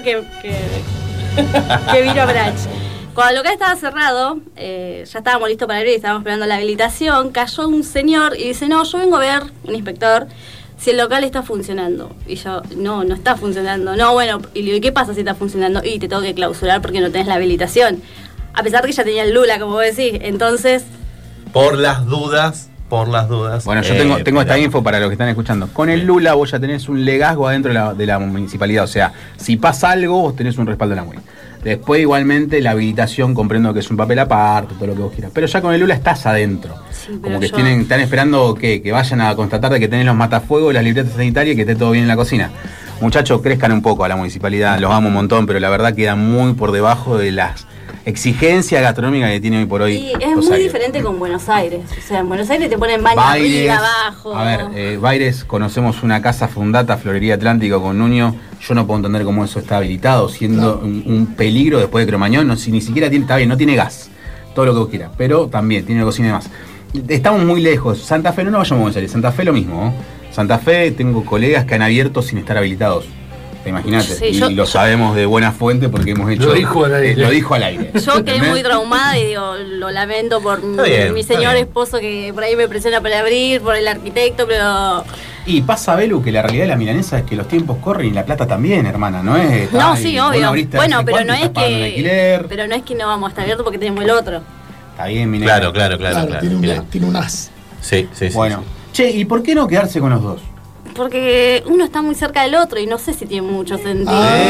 que vino a Branch. Cuando el local estaba cerrado, ya estábamos listos para abrir y estábamos esperando la habilitación, cayó un señor y dice, no, yo vengo a ver, un inspector, si el local está funcionando. Y yo, no está funcionando. No, bueno, y le digo, ¿qué pasa si está funcionando? Y te tengo que clausurar porque no tenés la habilitación. A pesar de que ya tenía el Lula, como vos decís. Entonces, Por las dudas. Bueno, yo tengo esta info para los que están escuchando. Con el Lula vos ya tenés un legazgo adentro de la municipalidad. O sea, si pasa algo, vos tenés un respaldo de la MUNI. Después, igualmente, la habilitación, comprendo que es un papel aparte, todo lo que vos quieras. Pero ya con el Lula estás adentro. sí, Como pero que yo... están esperando que vayan a constatar de que tenés los matafuegos, las libretas sanitarias y que esté todo bien en la cocina. Muchachos, crezcan un poco a la municipalidad, los amo un montón, pero la verdad queda muy por debajo de las exigencias gastronómicas que tiene hoy por hoy. Y es muy Rosario. diferente con Buenos Aires. O sea, en Buenos Aires te ponen baño Baires, arriba, abajo. a ver, Baires, conocemos una casa fundata, Florería Atlántico con Nuño. Yo no puedo entender cómo eso está habilitado, siendo un peligro después de Cromañón. No, si ni siquiera tiene, está bien, no tiene gas, todo lo que vos quieras, pero también tiene cocina y demás. Estamos muy lejos. Santa Fe, no vayamos a Buenos Aires, Santa Fe lo mismo, ¿no? Santa Fe, tengo colegas que han abierto sin estar habilitados. Imagínate, Sí, y lo sabemos de buena fuente porque hemos hecho. Lo dijo al aire. Lo dijo al aire. Yo quedé ¿Entendés? muy traumada y digo, lo lamento por bien, mi está señor bien. esposo que por ahí me presiona para abrir, por el arquitecto, pero... Y pasa, Belu, que la realidad de la milanesa es que los tiempos corren y la plata también, hermana, ¿no es? No, Ay, sí, vos obvio. abriste Bueno, hace pero cuánto, no es estás pagando un que... alquiler. Pero no es que no vamos a estar abiertos porque tenemos el otro. Está bien, mi nena. Claro. Tiene un as. Sí. Bueno, che, ¿y por qué no quedarse con los dos? Porque uno está muy cerca del otro y no sé si tiene mucho sentido.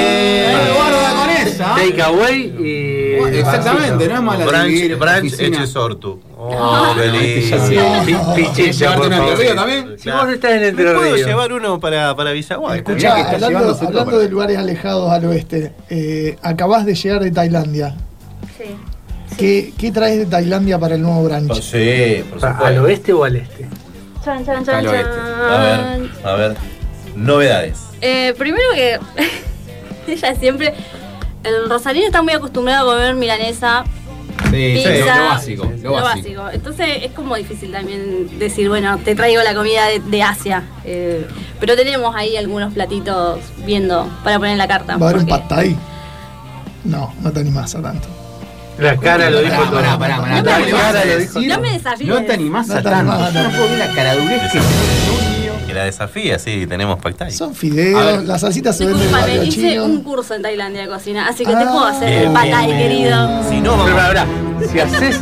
Guarda con esa. Take away y... Exactamente, no es mala Branch oficina. Echesortu. Oh, qué este ya lindo. sé. Pichicha, ¿Llevarte por uno favor. Entre Ríos también? Si vos estás en ¿Me Entre puedo Ríos. llevar uno para Villaguay? Mirá que Escuchá, está hablando, llevándose todo hablando para- de lugares alejados al oeste, acabás de llegar de Tailandia. Sí. ¿Qué traes de Tailandia para el nuevo branch? Sí, por supuesto. ¿Al oeste o al este? Chan, chan, Al chan, oeste. chan. A ver. Novedades. Primero que ella siempre... El rosarino está muy acostumbrado a comer milanesa, Sí, pizza, lo básico. Lo básico. Entonces es como difícil también decir, bueno, te traigo la comida de Asia. Pero tenemos ahí algunos platitos viendo para poner en la carta. ¿Va a haber un porque- pad thai? No te animás a tanto. La cara lo dijo todo. Pará. No me ¿Qué animás. vas a Lo decir? dijo No me desafíes. No te animás No a te tanto. animás, Yo no no. puedo ver la caradurez que Que la desafía, sí, tenemos pactay. Son A fideos, ver. las salsitas se venden en el Disculpame, barrio hice chino. un curso en Tailandia de cocina, así que te Ah, puedo hacer bien, el pad thai, bien, bien. querido. Si no, Pero vamos. si haces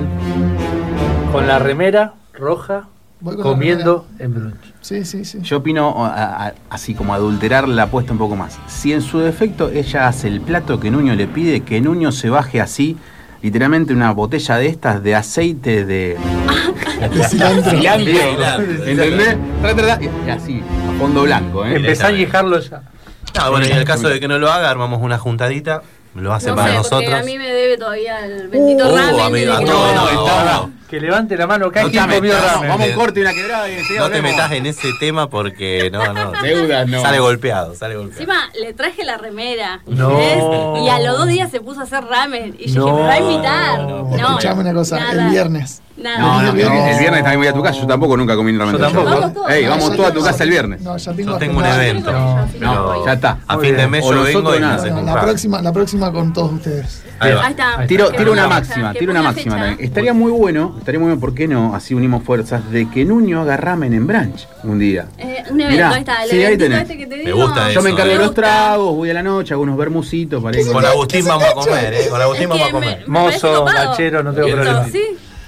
con la remera roja Voy con comiendo en brunch. Sí. Yo opino así como adulterar la apuesta un poco más. Si en su defecto ella hace el plato que Nuño le pide, que Nuño se baje así, literalmente una botella de estas de aceite de De cilantro. ¿Entendés? Y así, a fondo blanco, ¿eh? Empezá a lijarlo ya. No, bueno, y en el caso de que no lo haga, armamos una juntadita, lo hace No para sé, porque nosotros. a mí me debe todavía el bendito ramen. amiga, de- no. Que levante la mano acá. No, ¿Quién comió ramen? vamos a un corte y una quebrada y enseguida No te volvemos. metas en ese tema porque no. Deudas no. Sale golpeado. Encima le traje la remera. No. ¿Ves? Y a los 2 días se puso a hacer ramen. Y yo No. dije, me va a invitar. No, Escuchame una cosa, nada. el viernes. Nada. No, El viernes. el viernes también voy a tu casa. Yo tampoco nunca comí ramen. Yo tampoco. Vamos todos. Ey, vamos Ya todos a tu tengo- casa el viernes. No, ya tengo Yo tengo un agendado. evento. No, ya está. A Muy fin de bien. mes O yo nosotros vengo y me nada. hacen Bueno, un la próxima con todos ustedes. Ahí va. Ahí está. Tiro Que una ponga máxima, fecha, tiro que una ponga máxima fecha. también. Estaría muy bueno, ¿por qué no? Así unimos fuerzas de que Nuño haga ramen en brunch un día. Un evento, Mirá, ahí está. El sí, ahí eventito tenés. este que te Me digo. gusta Yo me encargo de Me los gusta. tragos, voy a la noche, hago unos bermucitos para ir Con Agustín vamos a comer, Con Agustín Es vamos a que comer. me parece Mozo, copado. bachero, no tengo Listo, problema. Sí.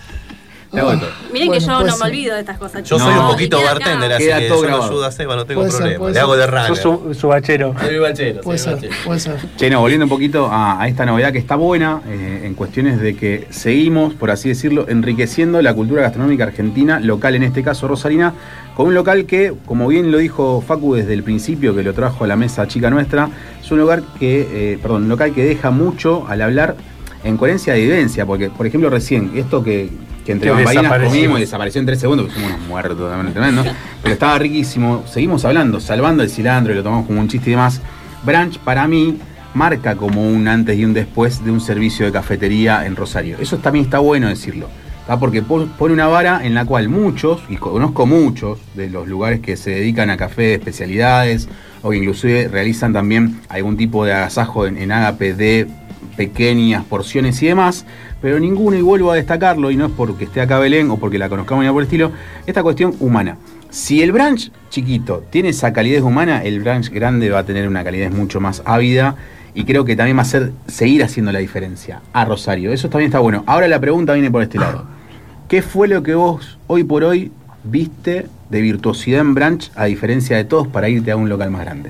Te hago todo. Miren Bueno, que yo puede no me ser. olvido de estas cosas. Yo chicos. soy un Y poquito queda acá. bartender, así Queda que todo yo lo grabado. ayudo a Seba, no tengo Puede ser, problema. puede Le hago de Sos runner. su bachero. Soy bachero, Puede soy ser, bachero. puede ser. Che, no, volviendo un poquito a esta novedad que está buena, en cuestiones de que seguimos, por así decirlo, enriqueciendo la cultura gastronómica argentina, local en este caso rosarina, con un local que, como bien lo dijo Facu desde el principio, que lo trajo a la mesa chica nuestra, es un local un local que deja mucho al hablar en coherencia de evidencia, porque, por ejemplo, recién, esto que entre Que bambalinas desapareció. comimos y desapareció en 3 segundos, porque somos unos muertos también, tremendo, pero estaba riquísimo, seguimos hablando, salvando el cilantro y lo tomamos como un chiste y demás. Brunch, para mí, marca como un antes y un después de un servicio de cafetería en Rosario. Eso también está bueno decirlo, ¿tá? Porque pone una vara en la cual muchos, y conozco muchos de los lugares que se dedican a café de especialidades o que inclusive realizan también algún tipo de agasajo en ágape de pequeñas porciones y demás, pero ninguno, y vuelvo a destacarlo, y no es porque esté acá Belén o porque la conozcamos ni nada por el estilo, esta cuestión humana. Si el brunch chiquito tiene esa calidez humana, el brunch grande va a tener una calidez mucho más ávida y creo que también va a seguir haciendo la diferencia a Rosario. Eso también está bueno. Ahora la pregunta viene por este lado. ¿Qué fue lo que vos hoy por hoy viste de virtuosidad en brunch a diferencia de todos para irte a un local más grande?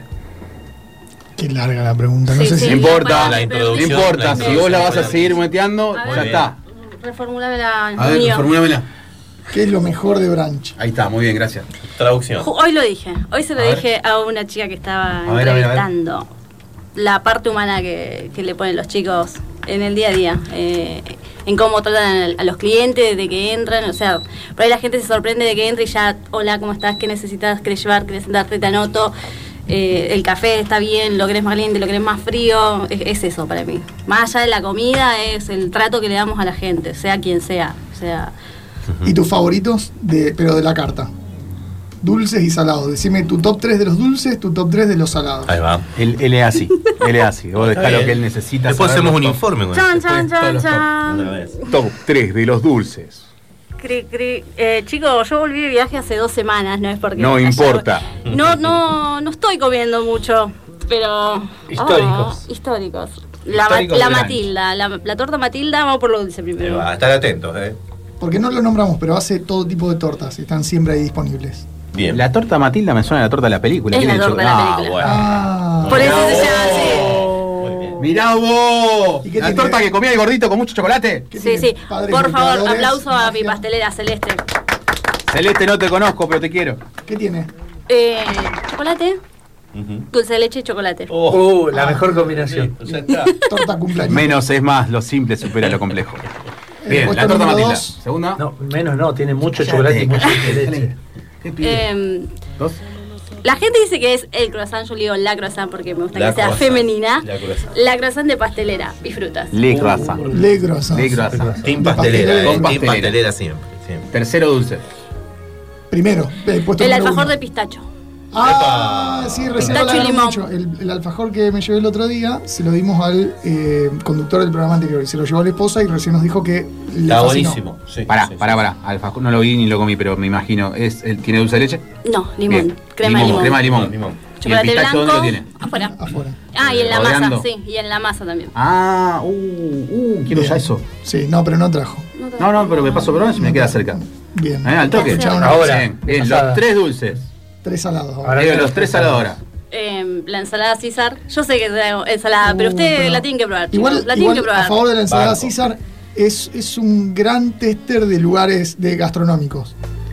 Qué larga la pregunta, no Sí, sé sí, si... No importa, la introducción, no importa, la si vos la vas a introducción, seguir meteando, A ya ver. está. Reformulame la A ver, unión. formúlamela. ¿Qué es lo mejor de brunch? Ahí está, muy bien, gracias. Traducción. Hoy lo dije. Hoy se lo A ver. dije a una chica que estaba A ver, a ver, a ver. entrevistando. La parte humana que le ponen los chicos en el día a día. En cómo tratan a los clientes, de que entran. O sea, por ahí la gente se sorprende de que entra y ya, hola, ¿cómo estás? ¿Qué necesitas? ¿Querés llevar? ¿Querés sentarte? Te anoto. El café está bien, lo querés más caliente, lo querés más frío. Es eso para mí. Más allá de la comida, es el trato que le damos a la gente, sea quien sea. O sea, ¿Y tus favoritos, pero de la carta? Dulces y salados. Decime tu top 3 de los dulces, tu top 3 de los salados. Ahí va. Él es así, Vos dejá lo que él necesita. Después saber hacemos un los top. informe con chan, eso. chan, Después, chan, todos los top. chan. Otra vez. Top 3 de los dulces. Chicos, yo volví de viaje hace 2 semanas, no es porque... No ayer- importa. No estoy comiendo mucho, pero... Históricos. Históricos. Históricos La del Matilda, la torta Matilda, vamos por lo dulce Ahí primero. va, estar atentos, Porque no lo nombramos, pero hace todo tipo de tortas. Están siempre ahí disponibles. Bien. La torta Matilda me suena a la torta de la película. Es ¿Quién la ha torta hecho? de la película. bueno. Ah. Por eso se llama así. Muy bien. Mirá vos. ¿Y qué La tiene? torta que comía el gordito con mucho chocolate. ¿Qué Sí, tiene? sí. Padres Por favor, mercadores, aplauso a mi magia. pastelera Celeste. Celeste, no te conozco, pero te quiero. ¿Qué tiene? Chocolate, Ujú. dulce de leche y chocolate. La mejor combinación. Ya está. Torta cumpleaños. Menos es más, lo simple supera lo complejo. Bien, puesto la torta número Matilda. 2. Segunda. No, menos no, tiene mucho Cállate, chocolate y mucha cállate. leche. ¿Qué pide? Em, ¿Dos? La gente dice que es el croissant, yo le digo la croissant porque me gusta La que sea croissant. femenina. La croissant. La croissant de pastelera y frutas. Le croissant. Le croissants. Le croissant. Team De pastelera, pastelera. Team Pastelera. pastelera siempre. siempre. Tercero dulce. Primero, puesto El número alfajor 1. de pistacho. Ah, sí, recién Pistacho y hablaron limón. mucho. El alfajor que me llevé el otro día se lo dimos al conductor del programa anterior y se lo llevó a la esposa y recién nos dijo que le Está fascinó. buenísimo. Sí, Pará, sí, sí. pará. Alfajor no lo vi ni lo comí, pero me imagino. ¿Tiene dulce de leche? No, limón. Bien. Crema de limón. Crema de limón. Limón. ¿Y el Chocolate pistacho blanco. dónde lo tiene? Afuera. Afuera. Ah, y en la Rodeando. masa, sí. Y en la masa también. Ah, quiero Bien. ya eso. Sí, no, pero no trajo. No, pero me paso por ahora si me queda cerca. Bien. Al toque. Escuchá una Ahora. Bien, bien. Pasada. Los 3 dulces. 3 salados. ahora. Ahora Los 3 salados ahora. La ensalada César. Yo sé que es ensalada, pero ustedes pero- la tienen que probar. chicos. Igual, La tienen que probar. a favor de la ensalada Banco. César, es un gran tester de lugares gastronómicos.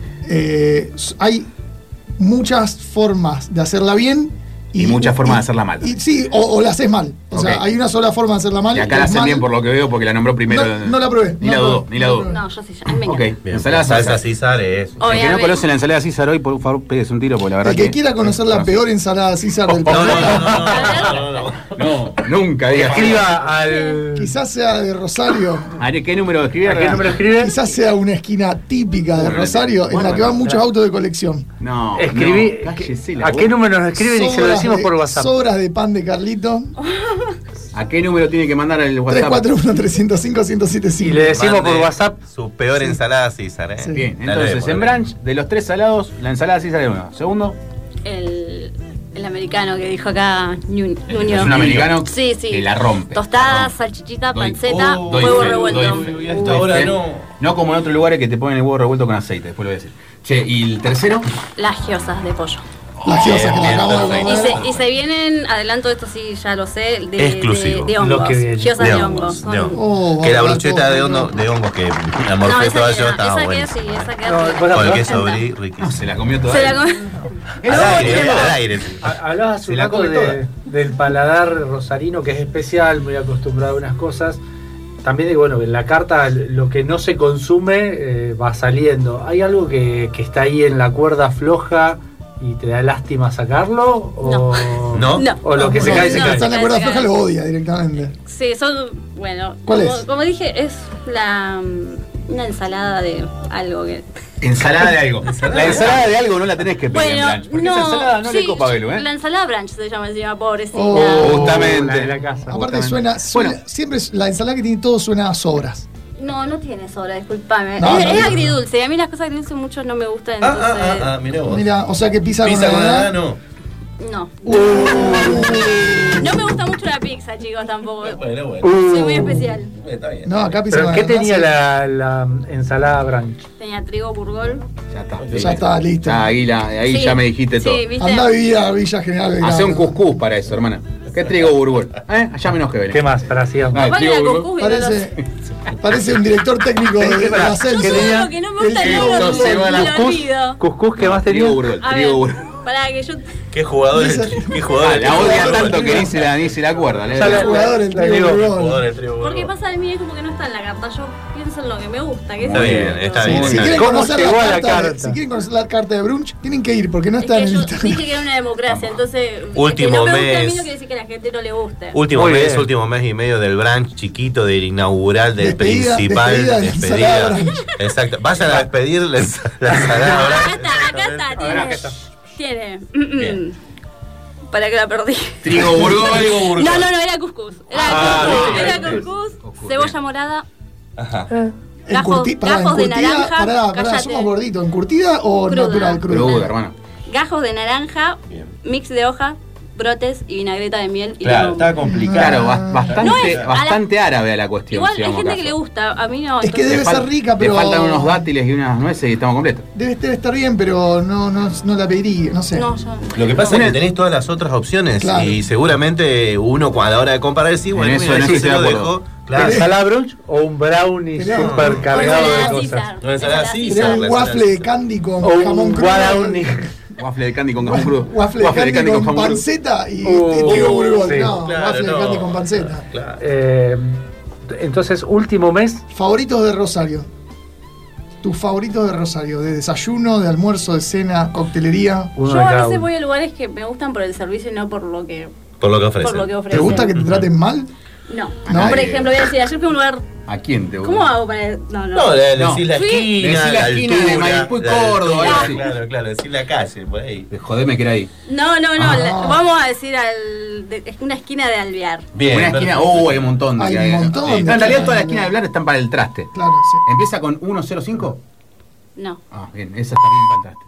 Hay muchas formas de hacerla bien. Y muchas formas de hacerla mal. Sí, o la haces mal. O sea, hay una sola forma de hacerla mal. Y acá la hacen bien por lo que veo, porque la nombró primero. No la probé. Ni la dudó. No, yo sí, a mí me encanta. Ok, ensalada salsa César es. El que no conoce la ensalada César hoy, por favor, pegues un tiro, porque la verdad El que quiera conocer la peor ensalada César del planeta. No, nunca digas. Escriba al. Quizás sea de Rosario. ¿Qué número escribe? ¿A qué número escribe? Quizás sea una esquina típica de Rosario en la que van muchos autos de colección. No. Escribí. ¿A qué número nos escriben y se lo decimos por WhatsApp? Sobras de pan de Carlito. ¿A qué número tiene que mandar el WhatsApp? 341-305-1075. Y le decimos por WhatsApp su peor ensalada César, ¿eh? Sí. Bien, entonces en brunch, de los 3 salados, la ensalada César es una. Segundo. El americano que dijo acá Nuño. Es un americano sí. que la rompe. Tostada, salchichita, panceta, Doy huevo fe, revuelto. Ahora no. No como en otros lugares que te ponen el huevo revuelto con aceite, después lo voy a decir. Che, ¿y el tercero? Las giosas de pollo. Las giosas que la acabamos de comer. Y se vienen, adelanto esto sí, ya lo sé, Exclusivo. de Lo hongos. que viene. Giosas de hongos. De hongos. Oh, Que la vamos a brocheta de todo, hongos que me No, amorfé esa toda yo queda, estaba esa buena. queda sí, esa queda No, sí. vos la Con el probás. queso brie, riquísimo. Se la comió toda. Se la come. Al aire. Hablabas Se un la poco come toda. del paladar rosarino, que es especial, muy acostumbrado a unas cosas. También digo, bueno, en la carta lo que no se consume va saliendo. ¿Hay algo que está ahí en la cuerda floja y te da lástima sacarlo? ¿O No. o lo que se cae, se no, cae? está en la cuerda floja, lo odia directamente. Sí, son, bueno, ¿Cuál como, es? como dije, es una ensalada de algo que... Ensalada de algo. La ensalada de algo no la tenés que pedir en Bueno, brunch. Porque esa ensalada no le copa a Belu, ¿eh? La ensalada brunch se llama encima, pobrecita. Justamente. La de la casa. Aparte Justamente. suena siempre la ensalada que tiene todo suena a sobras. No tiene sobra, disculpame. No, es no tiene. agridulce, y a mí las cosas agridulces mucho no me gustan, entonces... Mirá vos. Mira, o sea que pizza Pizza con ananá. nada no. No. No me gusta mucho la pizza, chicos, tampoco. Bueno. Soy muy especial. Está bien. No, acá pizza ¿Pero con qué ananá, tenía sí. la ensalada brunch? Tenía trigo burgol. Ya está. Ya está, listo. Ahí Sí, ya me dijiste todo. Sí, ¿viste? Anda a vivir a Villa General Belgrano. Hace un cuscús para eso, hermana. ¿Qué trigo burgol? Allá menos que ¿Qué más? Para sigamos. Ah, Capaz que trigo era burgol. cuscús y no lo sé. Parece un director técnico de la Yo Celso. todo lo que no me gusta El no trigo lo burgol. olvido. ¿Cuscús qué más tenía? Trigo burgol. A Trigo ver, burgol. para que yo... Qué jugador qué jugador. La odia tanto que ni se la acuerda. Ya la- Jugador el la trigo digo. burgol. Jugador el trigo Porque burgol. pasa de mí es como que no está en la carta. Yo pienso en lo que me gusta. Que Está bien, está bien. Si quieren ¿Cómo conocer llegó a la la carta, carta? si quieren conocer la carta de brunch, tienen que ir porque no Es está que en el yo Instagram. dije que era una democracia, entonces Último que no me gusta a mí mes. no quiere decir que a la gente no le guste. Último Muy mes y medio del brunch chiquito, del inaugural, del Despedida principal, de la ensalada brunch. Exacto. Vayan a despedir la ensalada brunch. Acá está, tiene. Para que la perdí. Trigo burgol, trigo burgol. No, era cuscús. Era cuscús, cebolla morada, Ajá. gajos de naranja, Pará, cállate. somos gorditos. ¿Encurtida o Cruda. natural? Cruda, Cruda. hermano. gajos de naranja, mix de hoja, brotes y vinagreta de miel. Y Claro, limón. está complicado. Claro, bastante, No es- bastante árabe a la cuestión. Igual si hay vamos gente a que le caso. gusta, a mí no. Es que entonces- debe ser rica, pero. Le faltan unos dátiles y unas nueces y estamos completos. Debe estar bien, pero no la pediría, no sé. No, yo. Lo que pasa es que tenés todas las otras opciones Claro. y seguramente uno a la hora de comparar sí, bueno, En eso- mira, en eso eso se estoy lo de acuerdo. dejo. Claro. ¿Ensalada brunch o un brownie Mirá. super cargado de Ensalada cosas? César. Una ensalada Ensalada César. Sería un la waffle ensalada de candy con O jamón un crudo. brownie. Waffle de candy con jamón crudo. Waffle de candy con jamón crudo. panceta y Oh, trigo burgol. sí. No, Claro, waffle de no. candy con panceta. Claro. Entonces, último mes, Favoritos de Rosario. Tus favoritos de Rosario, de desayuno, de almuerzo, de cena, coctelería. uno Yo de a cada veces uno. voy a lugares que me gustan por el servicio y no por lo que Por lo que ofrece. ¿Te gusta que te traten mal? No. No. Por ejemplo, voy a decir, ayer fui a un lugar. ¿A quién te gusta? ¿Cómo hago para.? No. No, le No. decís la Fui- esquina, Decís la esquina de altura, Maipú y la Córdoba, altura, algo así. Claro, decís la calle, por ahí. Jodeme que era ahí. No, Ah. vamos a decir es una esquina de Alvear. Bien. Una esquina, perfecto. hay un montón de Hay que un montón de No, en realidad esquinas. todas las esquinas de hablar están para el traste. Claro, sí. ¿Empieza con 105? No. Ah, bien, esa está bien para el traste.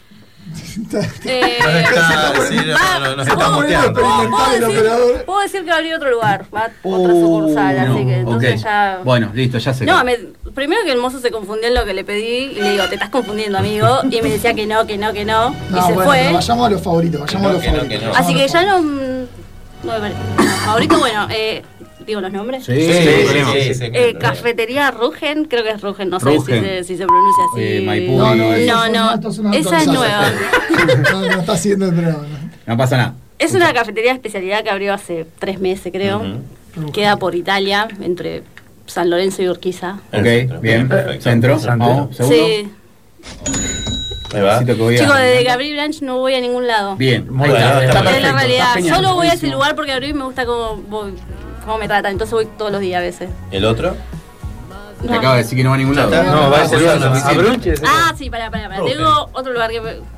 Está, sí, no, nos está muteando. experimental el operador. Puedo decir que va a abrir otro lugar, va a otra sucursal, no, así que entonces ok. ya. Bueno, listo, ya sé. No, primero que el mozo se confundió en lo que le pedí y le digo, te estás confundiendo, amigo. Y me decía que no. Y No, se bueno, pero fue. vayamos a los favoritos, vayamos a los Que no, favoritos. que no. Así que ya no me parece. Favorito, bueno, digo los nombres. Sí. Cafetería Rugen, creo que es Rugen, no Rugen. sé si se pronuncia así. Maipú. No, esa es nueva. No está haciendo el programa. No pasa nada. Es una cafetería de especialidad que abrió hace 3 meses, creo. Queda por Italia, entre San Lorenzo y Urquiza. Ok, bien. Perfecto. Centro. Vamos, segundo. Sí. Ahí va. Necesito que voy a- Chicos, desde que abrí Branch no voy a ningún lado. Bien. Muy Ahí está, bien. está Es perfecto, la realidad. está genial, Solo voy a ese buenísimo. lugar porque abrí me gusta cómo me tratan. Entonces voy todos los días a veces. ¿El otro? Te No. acabo de decir que no va a ningún lado. No, va a ser suficiente. a brunches. Ah, sí, pará. Rugen. Tengo otro lugar que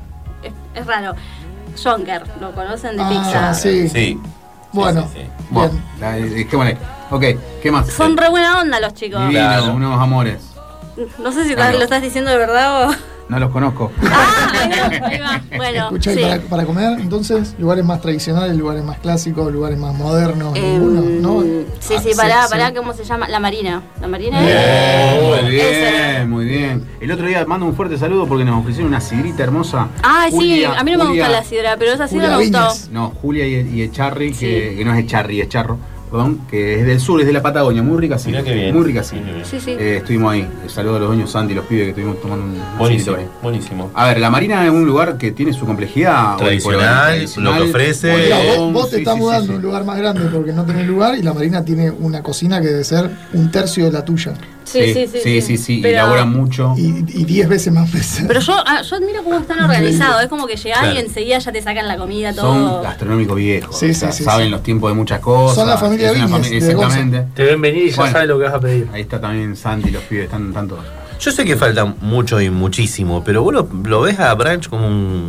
es raro. Jonker, ¿lo conocen? De pizza. Sí. Sí. Bueno, Sí, sí, sí. Bueno, bien. dejémosle. Ok, ¿qué más? Son re buena onda los chicos. Divino, Claro. unos amores. No sé si Claro. lo estás diciendo de verdad o... No los conozco. Ah, ahí va. Bueno, Escuchá, y sí. para comer, entonces, lugares más tradicionales, lugares más clásicos, lugares más modernos, ninguno, ¿no? Sí, Ah, pará, ¿cómo se llama? La Marina. ¿La Marina? Muy Ese. bien, muy bien. El otro día mando un fuerte saludo porque nos ofrecieron una sidrita hermosa. Ah, sí, Julia- a mí no me Julia- gusta la sidra, pero esa sidra Julia me gustó. Viñas. No, Julia y Echarri, Sí. que no es Echarri, es Charro, perdón, que es del sur, es de la Patagonia, muy rica sí. Mirá qué bien. Muy rica sí. Muy bien. Sí, sí. Estuvimos ahí. Saludo a los dueños Santi y los pibes que estuvimos tomando un Buenísimo, sidrito ahí. buenísimo. A ver, la Marina es un lugar que tiene su complejidad. Tradicional, lo que ofrece. Mira, bodegón, vos te sí, estás sí, mudando sí, a un sí. lugar más grande porque no tenés lugar y la Marina tiene una cocina que debe ser 1/3 de la tuya Sí, Pero- elaboran mucho. y 10 veces más pesada. Pero yo admiro cómo están organizados. Es como que llegás Claro. y enseguida ya te sacan la comida, todo. Son gastronómicos viejos. Sí, o sea, sí, sí, saben sí. los tiempos de muchas cosas. Son la familia es una Viñes, familia- de Gonza. Exactamente. Te ven venir y ya Bueno. sabes lo que vas a pedir. Ahí está también Santi y los pibes, están todos. Yo sé que falta mucho y muchísimo, pero vos lo ves a Branch como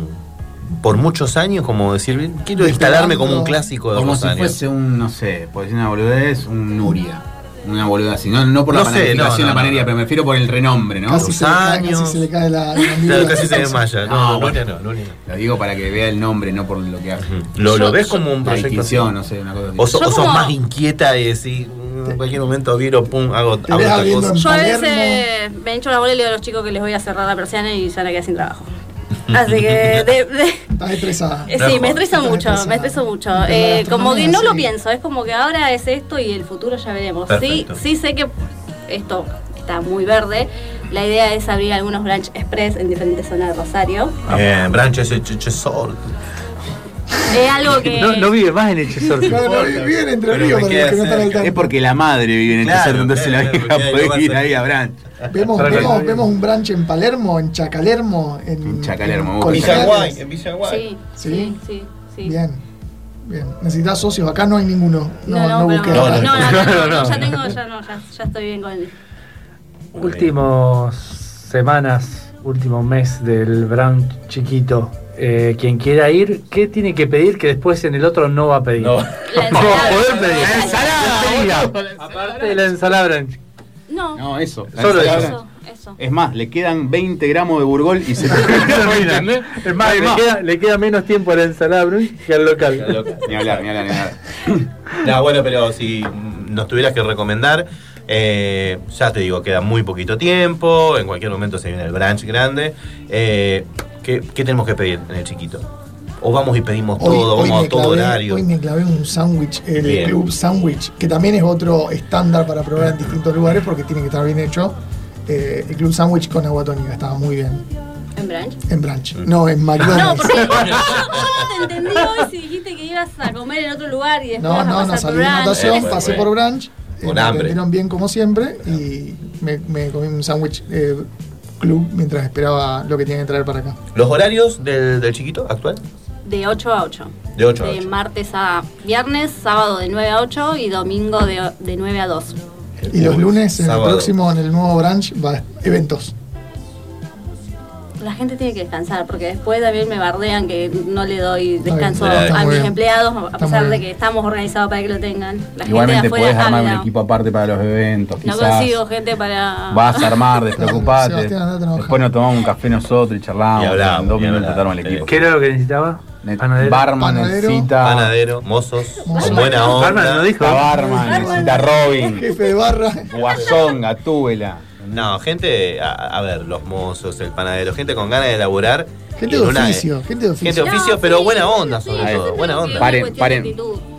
por muchos años, como decir, quiero instalarme como un clásico de Como si Rosario. fuese un, no sé, por decir una boludez, un Nuria. Una boluda así. No por la No sé, planificación, no, la panería, no. pero me refiero por el renombre, ¿no? Casi se, le cae, años. casi se le cae la mandíbula. Claro, casi se desmaya. No, bueno. Nuria no. Lo digo para que vea el nombre, no por lo que hace. Lo ves como un La proyecto distinción, así. no sé, una cosa así. O sos como- más inquieta y decís, en cualquier momento viro, pum, hago Te ves otra abriendo cosa. Yo a Palermo. veces me hincho la bola y le digo a los chicos que les voy a cerrar la persiana y se van a quedar sin trabajo. Así que Estás estresada. sí, me estreso Estás mucho, estresada. me estreso mucho. Pero la Como que gastronomía, no lo sí. pienso, es como que ahora es esto y el futuro ya veremos. Perfecto. Sí sé que esto está muy verde. La idea es abrir algunos brunch express en diferentes zonas de Rosario. Bien, Branch ese sol. Es algo que... No vive más en Echezor. No, viven Entre Pero Ríos me para queda los que no están al cerca. tanto. Es porque la madre vive en el Claro, Chesor, entonces claro, la vieja porque ahí puede lo vas ir a- ahí a Branch. Vemos un branch en Palermo, en Chacalermo, en Chacalermo, Colegiales. en Villaguay. Sí. Bien, bien. ¿Necesitas socios? Acá no hay ninguno. No pero- busques. no, No. ya estoy bien con él. Últimas semanas, último mes del brunch chiquito. Quien quiera ir, ¿qué tiene que pedir que después en el otro no va a pedir? No. La No va a ensalada. poder pedir. La ensalada. Aparte de la ensalada brunch. No, No, eso. la Solo ensalada. eso. Es más, le quedan 20 gramos de burgol y se Terminan, ¿eh? Es más, le queda menos tiempo a la ensalada brunch que al local. Ni hablar. No, bueno, pero si nos tuvieras que recomendar, ya te digo, queda muy poquito tiempo, en cualquier momento se viene el brunch grande. ¿Qué tenemos que pedir en el chiquito? O vamos y pedimos todo, vamos a todo horario. Hoy me clavé un sándwich, el Bien. Club Sándwich, que también es otro estándar para probar en distintos lugares porque tiene que estar bien hecho. El Club Sándwich con agua tónica estaba muy bien. ¿En brunch? En brunch. No, en McDonald's. No, porque yo no te entendí hoy si dijiste que ibas a comer en otro lugar y después No, vas a pasar salí por de brunch. natación, Bueno, pasé bueno. por brunch, Con me hambre. atendieron bien como siempre y me comí un sándwich club mientras esperaba lo que tenía que traer para acá. ¿Los horarios del chiquito actual? De 8 a 8. De 8 a De 8. martes a viernes, sábado de 9 a 8 y domingo de 9 a 2. Y los lunes, en el Sábado. próximo, en el nuevo brunch, va eventos. La gente tiene que descansar porque después también me bardean que no le doy descanso bien, está a muy mis bien. empleados, a Está pesar muy de bien. que estamos organizados para que lo tengan. La Igualmente gente de podés afuera armar un habla. equipo aparte para los eventos, No quizás. consigo gente para... Vas a armar, despreocupate. Sebastián, andá a trabajar. Después nos tomamos un café nosotros y charlamos. Y hablamos, en 2 y minutos hablamos, estamos el sí. equipo. ¿Qué era lo que necesitaba? Panadero. Barman Panadero. necesita. Panadero, mozos, Mozo. con buena onda. Barman no dijo. Necesita barman, necesita Robin, Jefe de barra. Guasón, Gatúbela. No, gente, a ver, los mozos, el panadero, gente con ganas de laburar. Gente en de una- oficio, gente de oficio. Gente de oficio, pero buena onda, sí, sobre yo todo, siempre buena digo onda. que- Paren, cuestión paren, de actitud.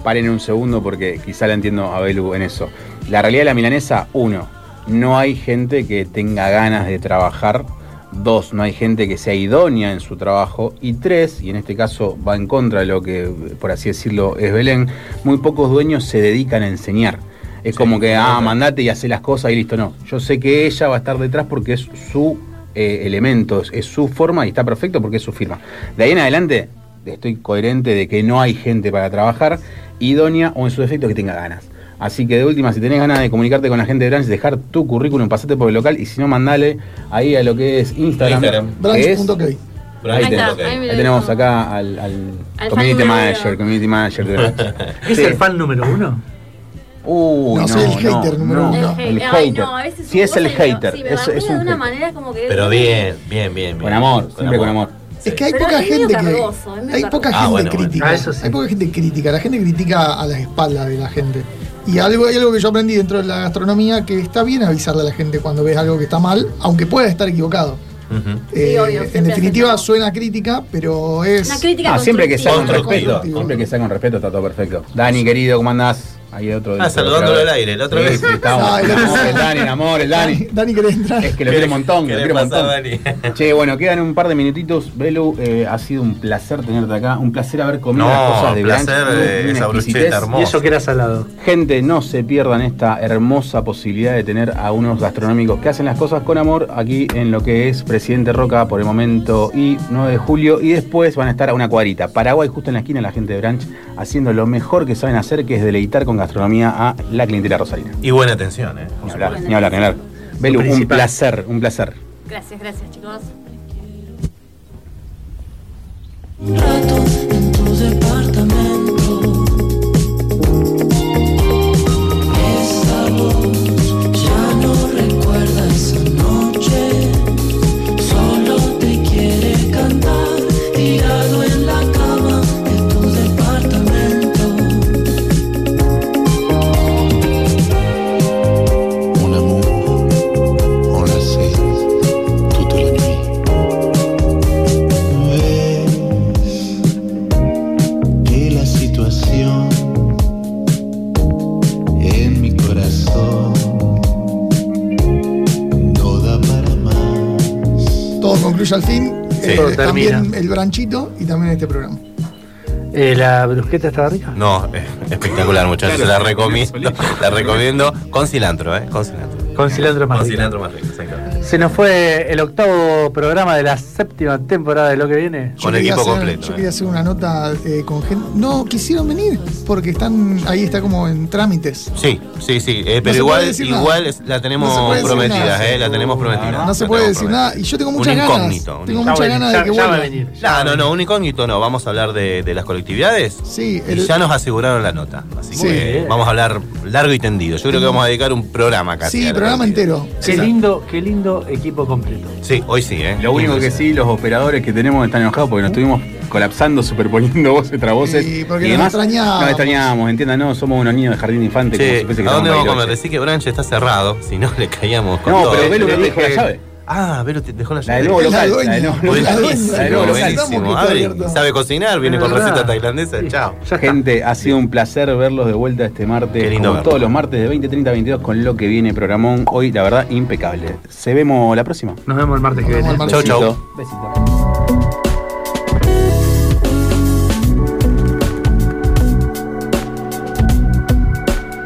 paren un segundo porque quizá la entiendo a Belu en eso. La realidad de la milanesa, 1, no hay gente que tenga ganas de trabajar. 2, no hay gente que sea idónea en su trabajo. Y 3, y en este caso va en contra de lo que, por así decirlo, es Belén, muy pocos dueños se dedican a enseñar. Es como que, mandate y hace las cosas y listo. No, yo sé que ella va a estar detrás porque es su elemento, es su forma y está perfecto porque es su firma. De ahí en adelante estoy coherente de que no hay gente para trabajar idónea o en su defecto que tenga ganas. Así que de última, si tenés ganas de comunicarte con la gente de Branch, dejar tu currículum, pasate por el local y si no, mandale ahí a lo que es Instagram. Branch.ok. Ahí tenemos acá al community manager de Branch. ¿Es el fan número 1? No, soy el hater número 1. El hater. Sí, es el hater. Si me es de una manera como que... Pero bien. Con amor, siempre con amor. Es que hay poca gente que... Hay poca gente crítica. Hay poca gente crítica. La gente critica a las espaldas de la gente. Y hay algo que yo aprendí dentro de la gastronomía, que está bien avisarle a la gente cuando ves algo que está mal, aunque pueda estar equivocado. Sí, obvio, en definitiva suena crítica, pero es... Una crítica siempre que sea con respeto. Siempre que sea con respeto está todo perfecto. Dani, querido, ¿cómo andás? Ahí otro. Saludándolo al aire, la otra vez. El Dani. Dani, ¿querés entrar? Es que lo quiero un montón. Dani? Che, bueno, quedan un par de minutitos. Belu, ha sido un placer tenerte acá. Un placer haber comido las cosas de Branch. Esa brucheta hermosa. Y eso que era salado. Gente, no se pierdan esta hermosa posibilidad de tener a unos gastronómicos que hacen las cosas con amor aquí en lo que es Presidente Roca por el momento y 9 de julio. Y después van a estar a una cuadrita. Paraguay, justo en la esquina, la gente de Branch haciendo lo mejor que saben hacer, que es deleitar con gastronomía a la clientela rosarina. Y buena atención, Ni hablar. Belu, un placer. Gracias, chicos. Un rato en tu departamento. Esa voz ya no recuerda esa noche. Solo te quiere cantar tirado en la cama de tu departamento. Mon amour, enlacé toute la nuit. Que la situación en mi corazón no da para más. Todo concluye al fin. Todo termina. También el branchito y también este programa. ¿La brusqueta estaba rica? No, espectacular, muchachos. Claro, La recomiendo con cilantro, Con cilantro. Con cilantro más rico. Con cilantro más rico, exactamente. Se nos fue el 8º programa de la 7ª temporada de Lo que viene. Con equipo completo. Yo quería hacer una nota con gente. No quisieron venir porque ahí está como en trámites. Sí. Pero igual la tenemos prometida, la tenemos prometida. No se puede decir nada. Y yo tengo muchas ganas. Tengo muchas ganas de que vuelva. No, un incógnito no. Vamos a hablar de las colectividades. Sí. Y ya nos aseguraron la nota. Así que vamos a hablar largo y tendido. Yo creo que vamos a dedicar un programa casi. Sí, programa entero. Qué lindo equipo completo. Sí, hoy sí, Lo único que sí, los operadores que tenemos están enojados porque nos estuvimos colapsando, superponiendo voces tras voces. Sí, porque y además, nos extrañábamos. entiéndanos, somos unos niños de jardín de infante. Sí, como si ¿a dónde vamos a comer? Decí que Branch está cerrado, si no le caíamos con todo. No, pero Belu no te dejó la llave. Belu te dejó la La del llave. nuevo local. La del nuevo local. Buenísimo. Abre, sabe cocinar, viene con receta tailandesa. Chao. Gente, ha sido un placer verlos de vuelta este martes. Qué lindo como verlo. todos los martes de 20, 30, 22 con Lo que viene programón. Hoy, la verdad, impecable. Se vemos la próxima. Nos vemos el martes que viene. Chau. Besito.